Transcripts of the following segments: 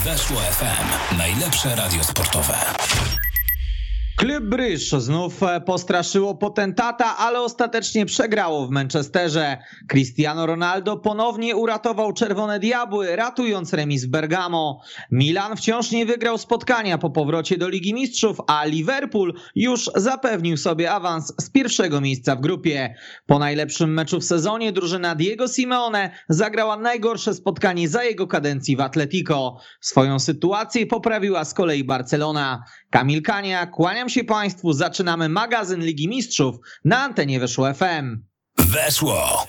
Weszło FM. Najlepsze radio sportowe. Klub Brugge znów postraszyło potentata, ale ostatecznie przegrało w Manchesterze. Cristiano Ronaldo ponownie uratował Czerwone Diabły, ratując remis w Bergamo. Milan wciąż nie wygrał spotkania po powrocie do Ligi Mistrzów, a Liverpool już zapewnił sobie awans z pierwszego miejsca w grupie. Po najlepszym meczu w sezonie drużyna Diego Simeone zagrała najgorsze spotkanie za jego kadencji w Atletico. Swoją sytuację poprawiła z kolei Barcelona. Kamil Kania, kłaniam się Państwu, zaczynamy magazyn Ligi Mistrzów na antenie Weszło FM. Weszło!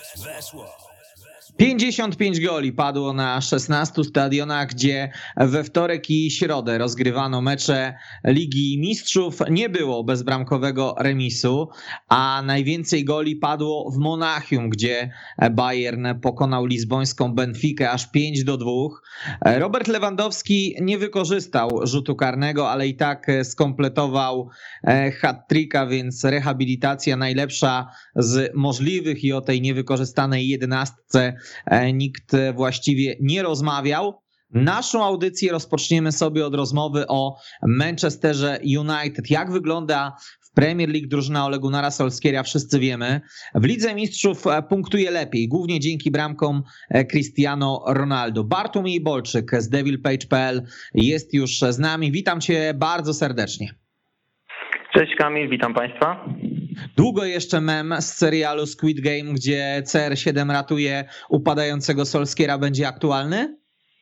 55 goli padło na 16 stadionach, gdzie we wtorek i środę rozgrywano mecze Ligi Mistrzów. Nie było bezbramkowego remisu, a najwięcej goli padło w Monachium, gdzie Bayern pokonał lizbońską Benfikę aż 5-2. Robert Lewandowski nie wykorzystał rzutu karnego, ale i tak skompletował hat-tricka, więc rehabilitacja najlepsza z możliwych i o tej niewykorzystanej 11 nikt właściwie nie rozmawiał. Naszą audycję rozpoczniemy sobie od rozmowy o Manchesterze United. Jak wygląda w Premier League drużyna Ole Gunnara Solskjaera, wszyscy wiemy. W Lidze Mistrzów punktuje lepiej, głównie dzięki bramkom Cristiano Ronaldo. Bartłomiej Bolczyk z devilpage.pl jest już z nami. Witam Cię bardzo serdecznie. Cześć Kamil, witam Państwa. Długo jeszcze mem z serialu Squid Game, gdzie CR7 ratuje upadającego Solskjaera, będzie aktualny?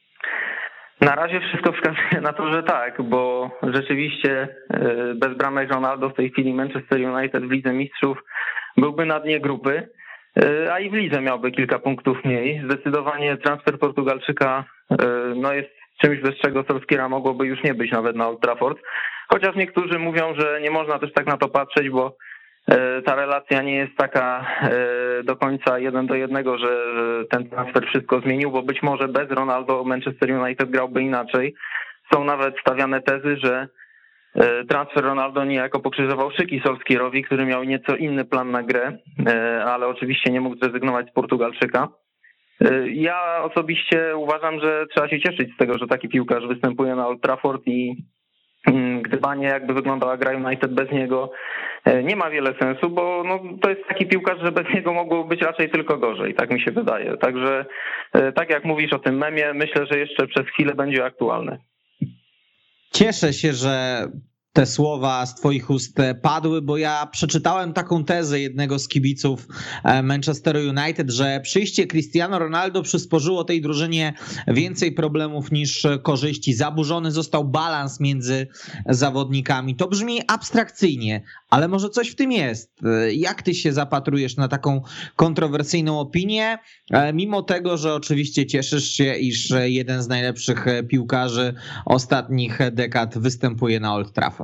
Na razie wszystko wskazuje na to, że tak, bo rzeczywiście bez bramek Ronaldo w tej chwili Manchester United w Lidze Mistrzów byłby na dnie grupy, a i w lidze miałby kilka punktów mniej. Zdecydowanie transfer Portugalczyka jest czymś, bez czego Solskjaera mogłoby już nie być nawet na Old Trafford. Chociaż niektórzy mówią, że nie można też tak na to patrzeć, bo ta relacja nie jest taka do końca 1:1, że ten transfer wszystko zmienił, bo być może bez Ronaldo Manchester United grałby inaczej. Są nawet stawiane tezy, że transfer Ronaldo niejako pokrzyżował szyki Solskjaerowi, który miał nieco inny plan na grę, ale oczywiście nie mógł zrezygnować z Portugalczyka. Ja osobiście uważam, że trzeba się cieszyć z tego, że taki piłkarz występuje na Old Trafford i gdybanie, jakby wyglądała gra United bez niego, nie ma wiele sensu, bo to jest taki piłkarz, że bez niego mogło być raczej tylko gorzej, tak mi się wydaje. Także tak jak mówisz o tym memie, myślę, że jeszcze przez chwilę będzie aktualny. Cieszę się, że te słowa z twoich ust padły, bo ja przeczytałem taką tezę jednego z kibiców Manchesteru United, że przyjście Cristiano Ronaldo przysporzyło tej drużynie więcej problemów niż korzyści. Zaburzony został balans między zawodnikami. To brzmi abstrakcyjnie, ale może coś w tym jest. Jak ty się zapatrujesz na taką kontrowersyjną opinię, mimo tego, że oczywiście cieszysz się, iż jeden z najlepszych piłkarzy ostatnich dekad występuje na Old Trafford?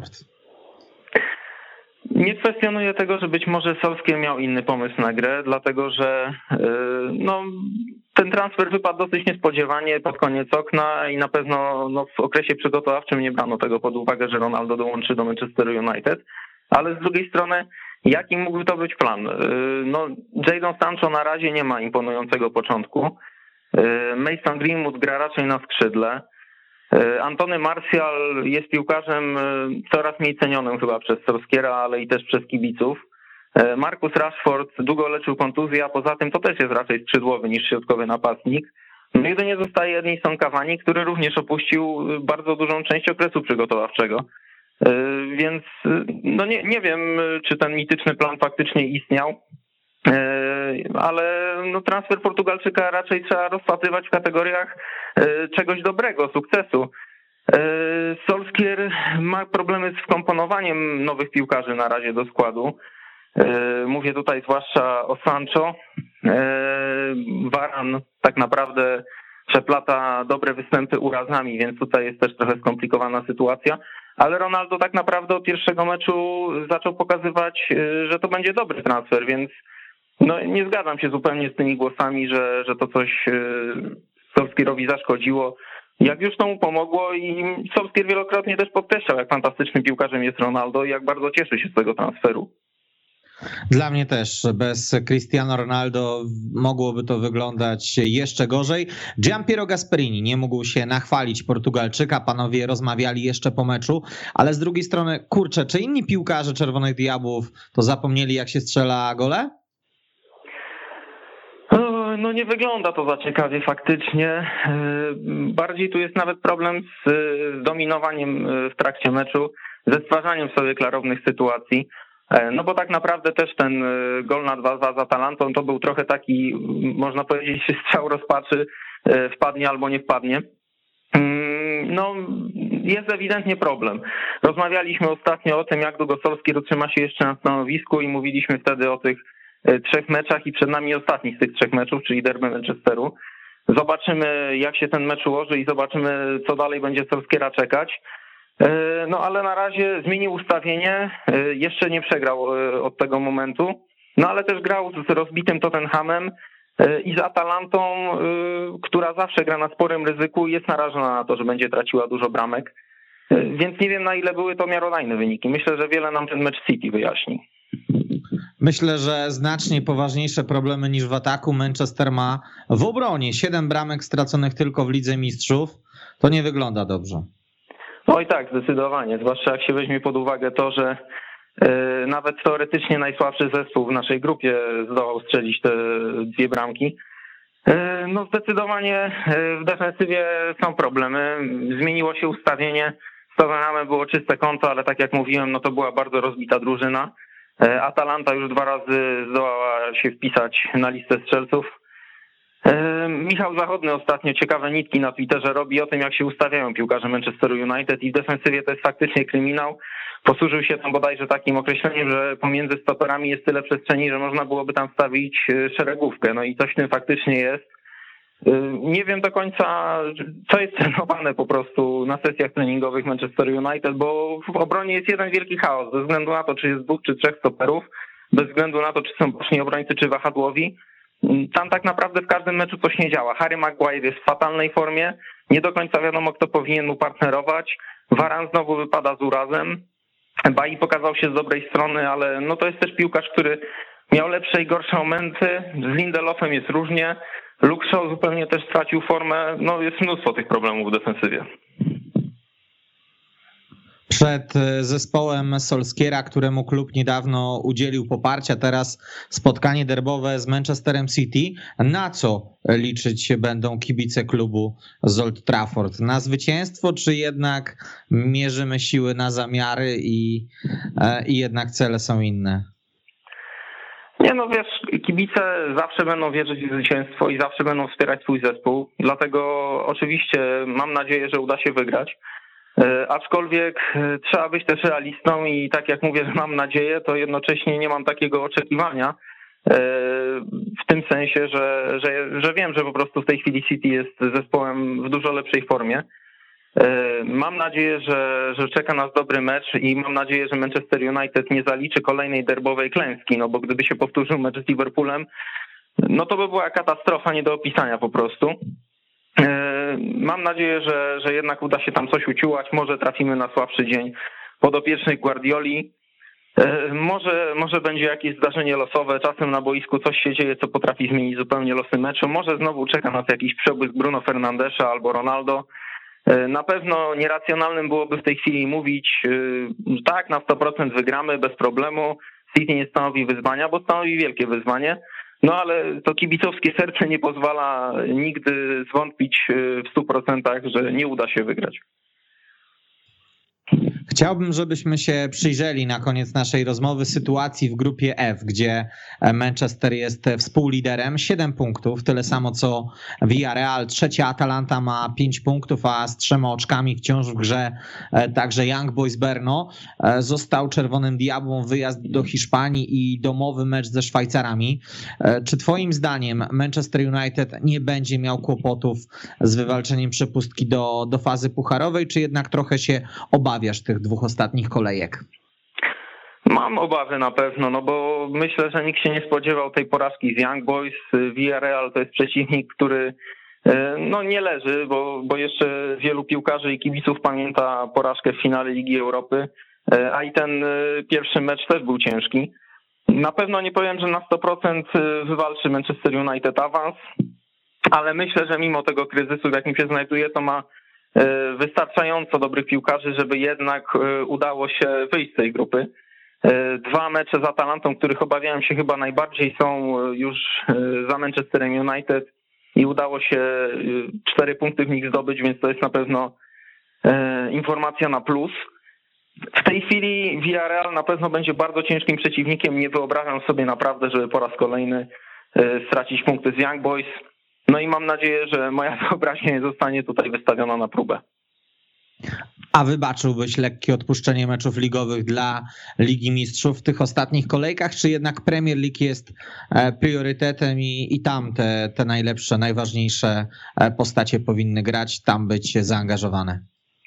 Nie kwestionuję tego, że być może Solskjaer miał inny pomysł na grę, dlatego że ten transfer wypadł dosyć niespodziewanie pod koniec okna i na pewno w okresie przygotowawczym nie brano tego pod uwagę, że Ronaldo dołączy do Manchesteru United, ale z drugiej strony jaki mógł to być plan? Jadon Sancho na razie nie ma imponującego początku, Mason Greenwood gra raczej na skrzydle, Antony Martial jest piłkarzem coraz mniej cenionym chyba przez Solskjaera, ale i też przez kibiców. Marcus Rashford długo leczył kontuzję, a poza tym to też jest raczej skrzydłowy niż środkowy napastnik. Jedynie zostaje Edinson Cavani, który również opuścił bardzo dużą część okresu przygotowawczego. Więc nie wiem, czy ten mityczny plan faktycznie istniał, ale transfer Portugalczyka raczej trzeba rozpatrywać w kategoriach czegoś dobrego, sukcesu. Solskjaer ma problemy z wkomponowaniem nowych piłkarzy na razie do składu. Mówię tutaj zwłaszcza o Sancho. Varane tak naprawdę przeplata dobre występy urazami, więc tutaj jest też trochę skomplikowana sytuacja. Ale Ronaldo tak naprawdę od pierwszego meczu zaczął pokazywać, że to będzie dobry transfer, więc nie zgadzam się zupełnie z tymi głosami, że to coś Solskjaerowi zaszkodziło. Jak już to mu pomogło i Solskjaer wielokrotnie też podkreślał, jak fantastycznym piłkarzem jest Ronaldo i jak bardzo cieszy się z tego transferu. Dla mnie też bez Cristiano Ronaldo mogłoby to wyglądać jeszcze gorzej. Gianpiero Gasperini nie mógł się nachwalić Portugalczyka, panowie rozmawiali jeszcze po meczu, ale z drugiej strony, kurczę, czy inni piłkarze Czerwonych Diabłów to zapomnieli, jak się strzela gole? No nie wygląda to za ciekawie faktycznie. Bardziej tu jest nawet problem z dominowaniem w trakcie meczu, ze stwarzaniem sobie klarownych sytuacji. No bo tak naprawdę też ten gol na 2-2 z Atalantą to był trochę taki, można powiedzieć, strzał rozpaczy, wpadnie albo nie wpadnie. No jest ewidentnie problem. Rozmawialiśmy ostatnio o tym, jak długo Solskjaer utrzyma się jeszcze na stanowisku i mówiliśmy wtedy o tych 3 meczach i przed nami ostatni z tych 3 meczów, czyli derby Manchesteru. Zobaczymy, jak się ten mecz ułoży i zobaczymy, co dalej będzie Solskjaera czekać. No ale na razie zmienił ustawienie, jeszcze nie przegrał od tego momentu, no ale też grał z rozbitym Tottenhamem i z Atalantą, która zawsze gra na sporym ryzyku i jest narażona na to, że będzie traciła dużo bramek, więc nie wiem, na ile były to miarodajne wyniki. Myślę, że wiele nam ten mecz City wyjaśni. Myślę, że znacznie poważniejsze problemy niż w ataku Manchester ma w obronie. 7 bramek straconych tylko w Lidze Mistrzów, to nie wygląda dobrze. Oj tak, zdecydowanie, zwłaszcza jak się weźmie pod uwagę to, że nawet teoretycznie najsłabszy zespół w naszej grupie zdołał strzelić te 2 bramki. No zdecydowanie w defensywie są problemy, zmieniło się ustawienie, z Tottenhamem było czyste konto, ale tak jak mówiłem, no to była bardzo rozbita drużyna. Atalanta już 2 razy zdołała się wpisać na listę strzelców. Michał Zachodny ostatnio ciekawe nitki na Twitterze robi o tym, jak się ustawiają piłkarze Manchesteru United i w defensywie to jest faktycznie kryminał. Posłużył się tam bodajże takim określeniem, że pomiędzy stoperami jest tyle przestrzeni, że można byłoby tam wstawić szeregówkę. No i coś w tym faktycznie jest. Nie wiem do końca, co jest trenowane po prostu na sesjach treningowych Manchester United, bo w obronie jest jeden wielki chaos, bez względu na to, czy jest 2 czy 3 stoperów, bez względu na to, czy są boczni obrońcy, czy wahadłowi. Tam tak naprawdę w każdym meczu coś nie działa. Harry Maguire jest w fatalnej formie, nie do końca wiadomo, kto powinien mu partnerować. Varane znowu wypada z urazem. Bailly pokazał się z dobrej strony, ale no to jest też piłkarz, który miał lepsze i gorsze momenty. Z Lindelofem jest różnie. Luke Shaw zupełnie też stracił formę. No jest mnóstwo tych problemów w defensywie. Przed zespołem Solskjaera, któremu klub niedawno udzielił poparcia, teraz spotkanie derbowe z Manchesterem City. Na co liczyć się będą kibice klubu z Old Trafford? Na zwycięstwo, czy jednak mierzymy siły na zamiary i jednak cele są inne? Nie no wiesz, kibice zawsze będą wierzyć w zwycięstwo i zawsze będą wspierać swój zespół. Dlatego oczywiście mam nadzieję, że uda się wygrać. Aczkolwiek trzeba być też realistą i tak jak mówię, że mam nadzieję, to jednocześnie nie mam takiego oczekiwania w tym sensie, że wiem, że po prostu w tej chwili City jest zespołem w dużo lepszej formie. Mam nadzieję, że czeka nas dobry mecz i mam nadzieję, że Manchester United nie zaliczy kolejnej derbowej klęski, no bo gdyby się powtórzył mecz z Liverpoolem, no to by była katastrofa nie do opisania po prostu. Mam nadzieję, że jednak uda się tam coś uciułać, może trafimy na słabszy dzień podopiecznych Guardioli, może będzie jakieś zdarzenie losowe, czasem na boisku coś się dzieje, co potrafi zmienić zupełnie losy meczu, może znowu czeka nas jakiś przebłysk Bruno Fernandesza albo Ronaldo. Na pewno nieracjonalnym byłoby w tej chwili mówić, że tak, na 100% wygramy bez problemu, City nie stanowi wyzwania, bo stanowi wielkie wyzwanie. No ale to kibicowskie serce nie pozwala nigdy zwątpić w 100%, że nie uda się wygrać. Chciałbym, żebyśmy się przyjrzeli na koniec naszej rozmowy sytuacji w grupie F, gdzie Manchester jest współliderem, 7 punktów, tyle samo co Villarreal. Trzecia Atalanta ma 5 punktów, a z 3 oczkami wciąż w grze także Young Boys Brno. Został Czerwonym Diabłom wyjazd do Hiszpanii i domowy mecz ze Szwajcarami. Czy twoim zdaniem Manchester United nie będzie miał kłopotów z wywalczeniem przepustki do fazy pucharowej, czy jednak trochę się obawiasz tych 2 ostatnich kolejek? Mam obawy na pewno, no bo myślę, że nikt się nie spodziewał tej porażki z Young Boys. Villarreal to jest przeciwnik, który no nie leży, bo jeszcze wielu piłkarzy i kibiców pamięta porażkę w finale Ligi Europy, a i ten pierwszy mecz też był ciężki. Na pewno nie powiem, że na 100% wywalczy Manchester United awans, ale myślę, że mimo tego kryzysu, w jakim się znajduje, to ma wystarczająco dobrych piłkarzy, żeby jednak udało się wyjść z tej grupy. 2 mecze z Atalantą, których obawiałem się chyba najbardziej, są już za Manchesterem United i udało się 4 punkty w nich zdobyć, więc to jest na pewno informacja na plus. W tej chwili Villarreal na pewno będzie bardzo ciężkim przeciwnikiem. Nie wyobrażam sobie naprawdę, żeby po raz kolejny stracić punkty z Young Boys. No i mam nadzieję, że moja wyobraźnia nie zostanie tutaj wystawiona na próbę. A wybaczyłbyś lekkie odpuszczenie meczów ligowych dla Ligi Mistrzów w tych ostatnich kolejkach, czy jednak Premier League jest priorytetem i tam te najlepsze, najważniejsze postacie powinny grać, tam być zaangażowane?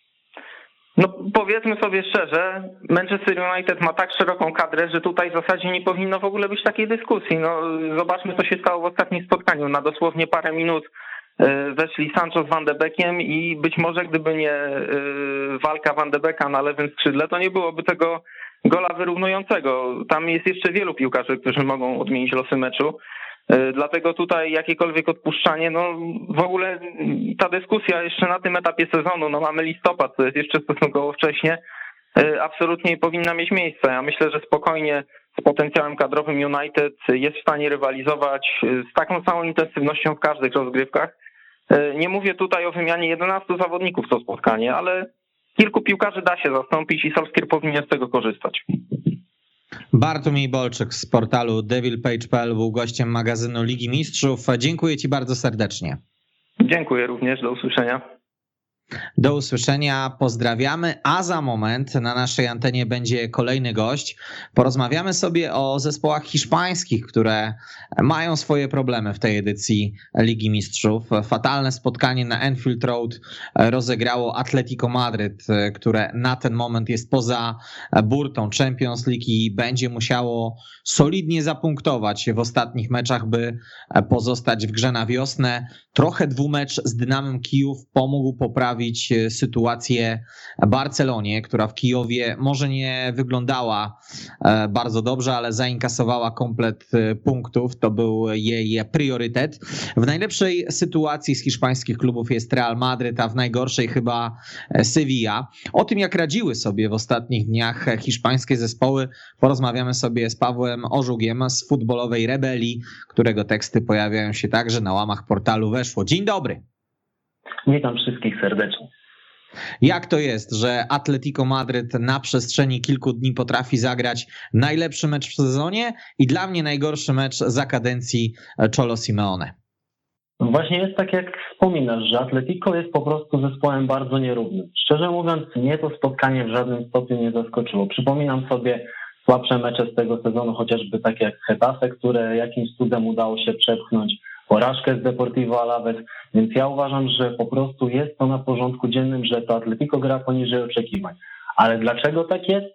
No powiedzmy sobie szczerze, Manchester United ma tak szeroką kadrę, że tutaj w zasadzie nie powinno w ogóle być takiej dyskusji. No zobaczmy, co się stało w ostatnim spotkaniu. Na dosłownie parę minut weszli Sancho z Van de Beekiem i być może gdyby nie walka Van de Beeka na lewym skrzydle, to nie byłoby tego gola wyrównującego. Tam jest jeszcze wielu piłkarzy, którzy mogą odmienić losy meczu. Dlatego tutaj jakiekolwiek odpuszczanie, no w ogóle ta dyskusja jeszcze na tym etapie sezonu, no mamy listopad, to jest jeszcze stosunkowo wcześnie, absolutnie nie powinna mieć miejsca. Ja myślę, że spokojnie z potencjałem kadrowym United jest w stanie rywalizować z taką samą intensywnością w każdych rozgrywkach. Nie mówię tutaj o wymianie 11 zawodników co spotkanie, ale kilku piłkarzy da się zastąpić i Solskjaer powinien z tego korzystać. Bartłomiej Bolczyk z portalu devilpage.pl był gościem magazynu Ligi Mistrzów. Dziękuję Ci bardzo serdecznie. Dziękuję również, do usłyszenia. Do usłyszenia, pozdrawiamy, a za moment na naszej antenie będzie kolejny gość. Porozmawiamy sobie o zespołach hiszpańskich, które mają swoje problemy w tej edycji Ligi Mistrzów. Fatalne spotkanie na Anfield Road rozegrało Atletico Madryt, które na ten moment jest poza burtą Champions League i będzie musiało solidnie zapunktować w ostatnich meczach, by pozostać w grze na wiosnę. Trochę dwumecz z Dynamem Kijów pomógł poprawić sytuację Barcelonie, która w Kijowie może nie wyglądała bardzo dobrze, ale zainkasowała komplet punktów. To był jej priorytet. W najlepszej sytuacji z hiszpańskich klubów jest Real Madryt, a w najgorszej chyba Sevilla. O tym, jak radziły sobie w ostatnich dniach hiszpańskie zespoły, porozmawiamy sobie z Pawłem Ożugiem z futbolowej Rebelii, którego teksty pojawiają się także na łamach portalu Weszło. Dzień dobry. Witam wszystkich serdecznie. Jak to jest, że Atletico Madryt na przestrzeni kilku dni potrafi zagrać najlepszy mecz w sezonie i dla mnie najgorszy mecz za kadencji Cholo Simeone? Właśnie jest tak, jak wspominasz, że Atletico jest po prostu zespołem bardzo nierównym. Szczerze mówiąc, mnie to spotkanie w żadnym stopniu nie zaskoczyło. Przypominam sobie słabsze mecze z tego sezonu, chociażby takie jak Getafe, które jakimś cudem udało się przepchnąć, porażkę z Deportivo Alaves, więc ja uważam, że po prostu jest to na porządku dziennym, że to Atletico gra poniżej oczekiwań. Ale dlaczego tak jest?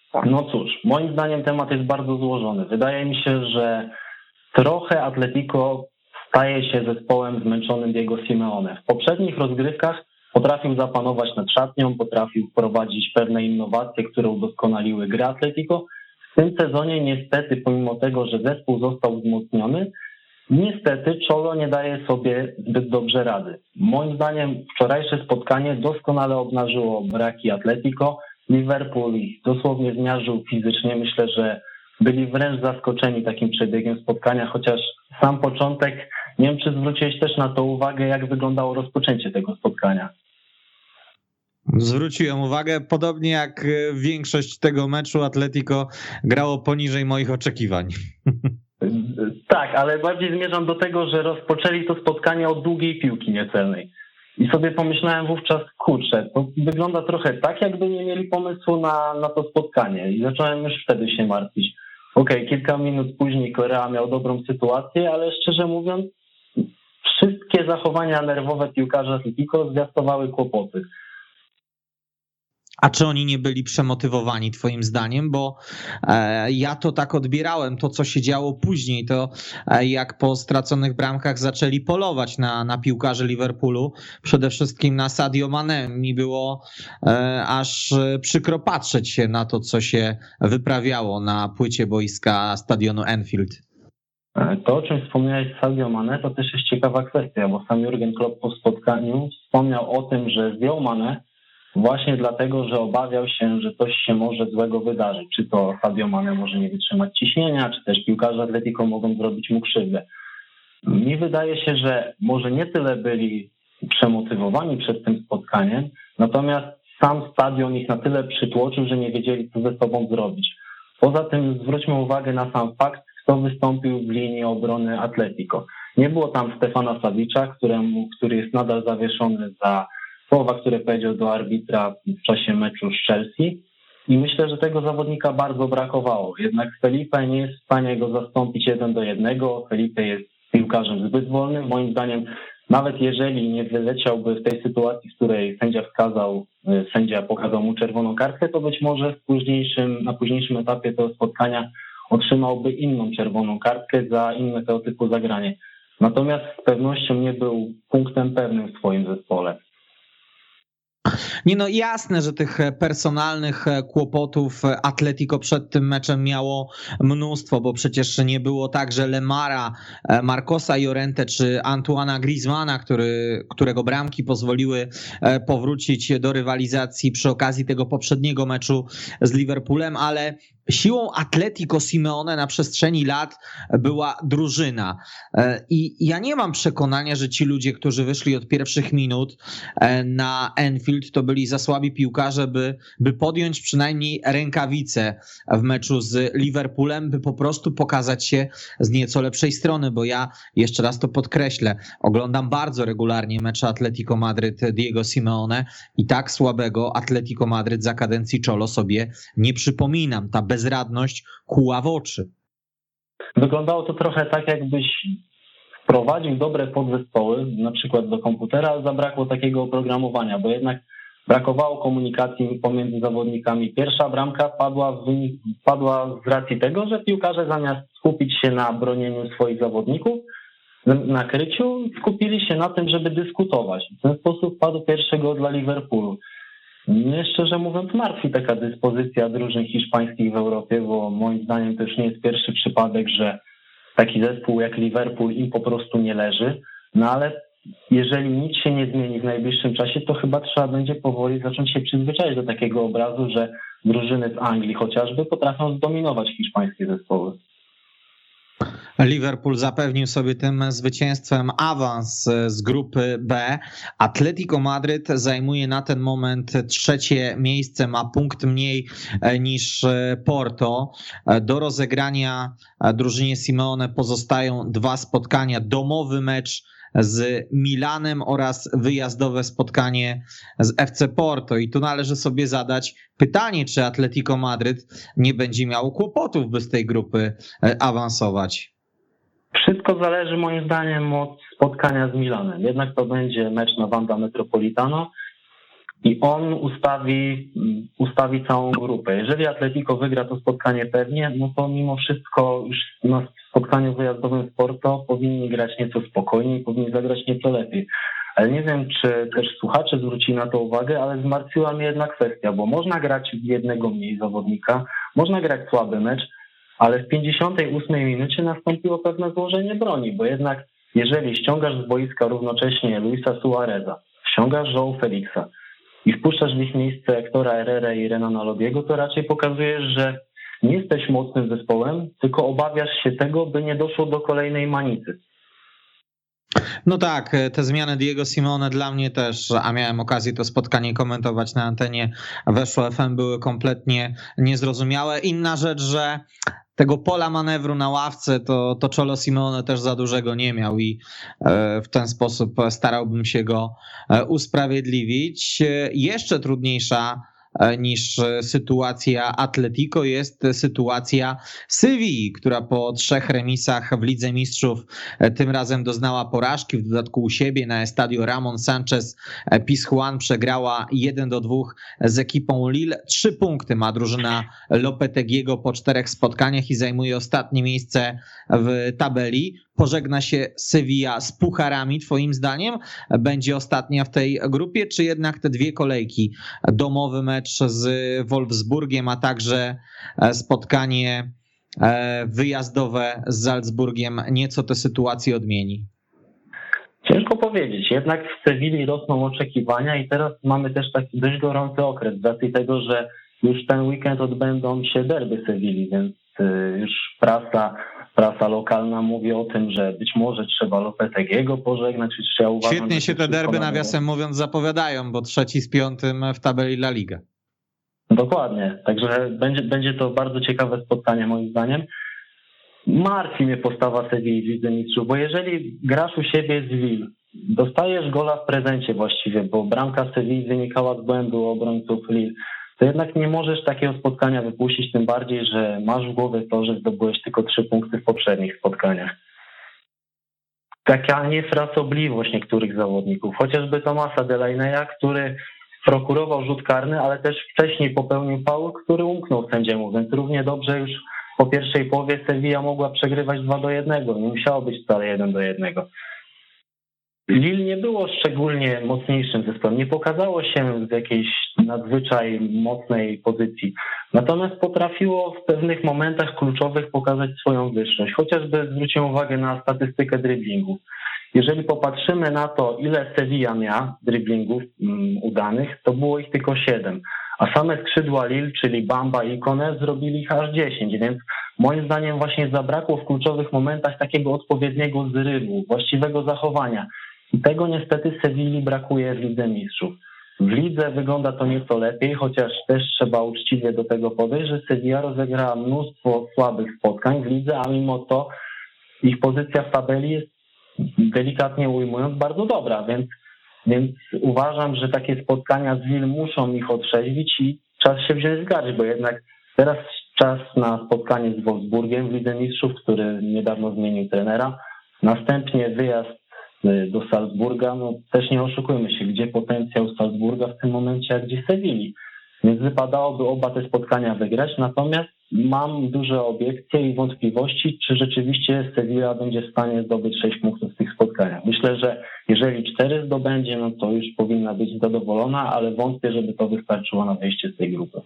No cóż, moim zdaniem temat jest bardzo złożony. Wydaje mi się, że trochę Atletico staje się zespołem zmęczonym Diego Simeone. W poprzednich rozgrywkach potrafił zapanować nad szatnią, potrafił wprowadzić pewne innowacje, które udoskonaliły grę Atletico. W tym sezonie niestety, pomimo tego, że zespół został wzmocniony, niestety Cholo nie daje sobie zbyt dobrze rady. Moim zdaniem wczorajsze spotkanie doskonale obnażyło braki Atletico. Liverpool ich dosłownie zmiażdżył fizycznie. Myślę, że byli wręcz zaskoczeni takim przebiegiem spotkania, chociaż sam początek, nie wiem czy zwróciłeś też na to uwagę, jak wyglądało rozpoczęcie tego spotkania. Zwróciłem uwagę, podobnie jak większość tego meczu Atletico grało poniżej moich oczekiwań. Tak, ale bardziej zmierzam do tego, że rozpoczęli to spotkanie od długiej piłki niecelnej. I sobie pomyślałem wówczas, kurczę, to wygląda trochę tak, jakby nie mieli pomysłu na to spotkanie. I zacząłem już wtedy się martwić. Okej, kilka minut później Korea miał dobrą sytuację, ale szczerze mówiąc, wszystkie zachowania nerwowe piłkarza Atletico zwiastowały kłopoty. A czy oni nie byli przemotywowani twoim zdaniem? Bo ja to tak odbierałem, to co się działo później, to jak po straconych bramkach zaczęli polować na piłkarzy Liverpoolu, przede wszystkim na Sadio Mané. Mi było aż przykro patrzeć się na to, co się wyprawiało na płycie boiska stadionu Anfield. To, o czym wspomniałeś z Sadio Mané, to też jest ciekawa kwestia, bo sam Jurgen Klopp po spotkaniu wspomniał o tym, że zdjął Mané właśnie dlatego, że obawiał się, że coś się może złego wydarzyć. Czy to Sadio Mané może nie wytrzymać ciśnienia, czy też piłkarze Atletico mogą zrobić mu krzywdę. Mi wydaje się, że może nie tyle byli przemotywowani przed tym spotkaniem, natomiast sam stadion ich na tyle przytłoczył, że nie wiedzieli, co ze sobą zrobić. Poza tym zwróćmy uwagę na sam fakt, kto wystąpił w linii obrony Atletico. Nie było tam Stefana Savicza, który jest nadal zawieszony za słowa, które powiedział do arbitra w czasie meczu z Chelsea. I myślę, że tego zawodnika bardzo brakowało. Jednak Felipe nie jest w stanie go zastąpić 1-1. Felipe jest piłkarzem zbyt wolnym. Moim zdaniem, nawet jeżeli nie wyleciałby w tej sytuacji, w której sędzia pokazał mu czerwoną kartkę, to być może na późniejszym etapie tego spotkania otrzymałby inną czerwoną kartkę za inne tego typu zagranie. Natomiast z pewnością nie był punktem pewnym w swoim zespole. Nie no, jasne, że tych personalnych kłopotów Atletico przed tym meczem miało mnóstwo, bo przecież nie było tak, że Lemara, Marcosa Llorente czy Antoana Griezmana, którego bramki pozwoliły powrócić do rywalizacji przy okazji tego poprzedniego meczu z Liverpoolem, ale siłą Atletico Simeone na przestrzeni lat była drużyna. I ja nie mam przekonania, że ci ludzie, którzy wyszli od pierwszych minut na Anfield, to byli za słabi piłkarze, by podjąć przynajmniej rękawice w meczu z Liverpoolem, by po prostu pokazać się z nieco lepszej strony, bo ja, jeszcze raz to podkreślę, oglądam bardzo regularnie mecze Atletico Madryt Diego Simeone i tak słabego Atletico Madryt za kadencji Cholo sobie nie przypominam. Ta bezradność kuła w oczy. Wyglądało to trochę tak, jakbyś wprowadził dobre podzespoły, na przykład do komputera, ale zabrakło takiego oprogramowania, bo jednak brakowało komunikacji pomiędzy zawodnikami. Pierwsza bramka padła z racji tego, że piłkarze zamiast skupić się na bronieniu swoich zawodników, na kryciu, skupili się na tym, żeby dyskutować. W ten sposób padł pierwszy gol dla Liverpoolu. Mnie szczerze mówiąc martwi taka dyspozycja drużyn hiszpańskich w Europie, bo moim zdaniem to już nie jest pierwszy przypadek, że taki zespół jak Liverpool im po prostu nie leży. No ale jeżeli nic się nie zmieni w najbliższym czasie, to chyba trzeba będzie powoli zacząć się przyzwyczaić do takiego obrazu, że drużyny z Anglii chociażby potrafią zdominować hiszpańskie zespoły. Liverpool zapewnił sobie tym zwycięstwem awans z grupy B. Atletico Madryt zajmuje na ten moment 3. miejsce, ma punkt mniej niż Porto. Do rozegrania drużynie Simeone pozostają 2 spotkania. Domowy mecz z Milanem oraz wyjazdowe spotkanie z FC Porto. I tu należy sobie zadać pytanie, czy Atletico Madryt nie będzie miało kłopotów, by z tej grupy awansować. Wszystko zależy moim zdaniem od spotkania z Milanem. Jednak to będzie mecz na Wanda Metropolitano i on ustawi całą grupę. Jeżeli Atletico wygra to spotkanie pewnie, no to mimo wszystko już na spotkaniu wyjazdowym z Porto powinni grać nieco spokojniej, powinni zagrać nieco lepiej. Ale nie wiem, czy też słuchacze zwrócili na to uwagę, ale zmartwiła mnie jedna kwestia, bo można grać w jednego mniej zawodnika, można grać słaby mecz, ale w 58 minucie nastąpiło pewne złożenie broni, bo jednak jeżeli ściągasz z boiska równocześnie Luisa Suareza, ściągasz João Felixa i wpuszczasz w ich miejsce Hectora Herrera i Renana Lobiego, to raczej pokazujesz, że nie jesteś mocnym zespołem, tylko obawiasz się tego, by nie doszło do kolejnej manicy. No tak, te zmiany Diego Simeone dla mnie też, a miałem okazję to spotkanie komentować na antenie Weszło FM, były kompletnie niezrozumiałe. Inna rzecz, że tego pola manewru na ławce to Cholo Simeone też za dużego nie miał i w ten sposób starałbym się go usprawiedliwić. Jeszcze trudniejsza niż sytuacja Atletico jest sytuacja Sewilli, która po 3 remisach w Lidze Mistrzów tym razem doznała porażki, w dodatku u siebie na Estadio Ramon Sanchez Pizjuan przegrała 1-2 z ekipą Lille. 3 punkty ma drużyna Lopeteguiego po 4 spotkaniach i zajmuje ostatnie miejsce w tabeli. Pożegna się Sevilla z pucharami, twoim zdaniem? Będzie ostatnia w tej grupie, czy jednak te 2 kolejki, domowy mecz z Wolfsburgiem, a także spotkanie wyjazdowe z Salzburgiem nieco tę sytuację odmieni? Ciężko powiedzieć, jednak w Sewilli rosną oczekiwania i teraz mamy też taki dość gorący okres z racji tego, że już ten weekend odbędą się derby Sewilli, więc już prasa lokalna mówi o tym, że być może trzeba Lopeteguiego pożegnać. Ja uważam, świetnie się te derby, nawiasem mówiąc, zapowiadają, bo 3 z 5 w tabeli La Liga. Dokładnie, także będzie to bardzo ciekawe spotkanie moim zdaniem. Martwi mnie postawa Sewilli w Lidze Mistrzów, bo jeżeli grasz u siebie z Lille, dostajesz gola w prezencie właściwie, bo bramka Sewilli wynikała z błędu obrońców Lille, to jednak nie możesz takiego spotkania wypuścić, tym bardziej, że masz w głowie to, że zdobyłeś tylko 3 punkty w poprzednich spotkaniach. Taka niefrasobliwość niektórych zawodników, chociażby Thomasa Delaney'a, który prokurował rzut karny, ale też wcześniej popełnił faul, który umknął sędziemu, więc równie dobrze już po pierwszej połowie Sevilla mogła przegrywać 2-1, nie musiało być wcale 1-1. Lille nie było szczególnie mocniejszym zespołem, nie pokazało się z jakiejś nadzwyczaj mocnej pozycji, natomiast potrafiło w pewnych momentach kluczowych pokazać swoją wyższość, chociażby zwróciłem uwagę na statystykę dribblingu. Jeżeli popatrzymy na to, ile Sevilla miała driblingów udanych, to było ich tylko 7, a same skrzydła Lille, czyli Bamba i Koné, zrobili ich aż 10, więc moim zdaniem właśnie zabrakło w kluczowych momentach takiego odpowiedniego zrywu, właściwego zachowania. I tego niestety Sewilli brakuje w Lidze Mistrzów. W lidze wygląda to nieco lepiej, chociaż też trzeba uczciwie do tego podejść, że Sevilla rozegrała mnóstwo słabych spotkań w lidze, a mimo to ich pozycja w tabeli jest, delikatnie ujmując, bardzo dobra, więc uważam, że takie spotkania z Lille muszą ich otrzeźwić i czas się wziąć w garść, bo jednak teraz czas na spotkanie z Wolfsburgiem w Lidze Mistrzów, który niedawno zmienił trenera, następnie wyjazd do Salzburga, no też nie oszukujmy się, gdzie potencjał Salzburga w tym momencie, a gdzie Sewilli. Więc wypadałoby oba te spotkania wygrać, natomiast mam duże obiekcje i wątpliwości, czy rzeczywiście Sevilla będzie w stanie zdobyć 6 punktów w tych spotkaniach. Myślę, że jeżeli 4 zdobędzie, no to już powinna być zadowolona, ale wątpię, żeby to wystarczyło na wyjście z tej grupy.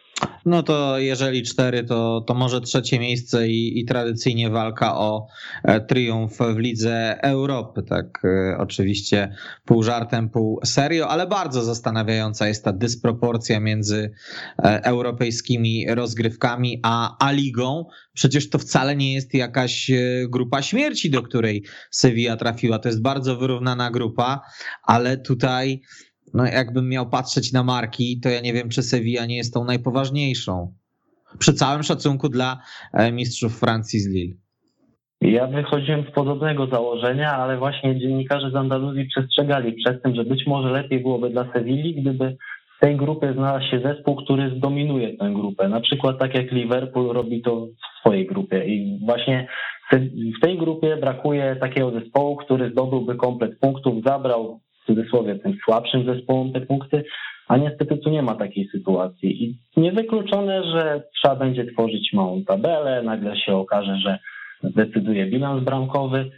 No to jeżeli 4, to może 3 miejsce i tradycyjnie walka o triumf w Lidze Europy. Tak, oczywiście pół żartem, pół serio, ale bardzo zastanawiająca jest ta dysproporcja między europejskimi rozgrywkami a ligą. Przecież to wcale nie jest jakaś grupa śmierci, do której Sevilla trafiła. To jest bardzo wyrównana grupa, ale tutaj no jakbym miał patrzeć na marki, to ja nie wiem, czy Sevilla nie jest tą najpoważniejszą. Przy całym szacunku dla mistrzów Francji z Lille. Ja wychodziłem z podobnego założenia, ale właśnie dziennikarze z Andaluzji przestrzegali przed tym, że być może lepiej byłoby dla Sewilli, gdyby w tej grupie znalazł się zespół, który zdominuje tę grupę. Na przykład tak jak Liverpool robi to w swojej grupie. I właśnie w tej grupie brakuje takiego zespołu, który zdobyłby komplet punktów, zabrał w cudzysłowie tym słabszym zespołom te punkty, a niestety tu nie ma takiej sytuacji. I niewykluczone, że trzeba będzie tworzyć małą tabelę, nagle się okaże, że decyduje bilans bramkowy.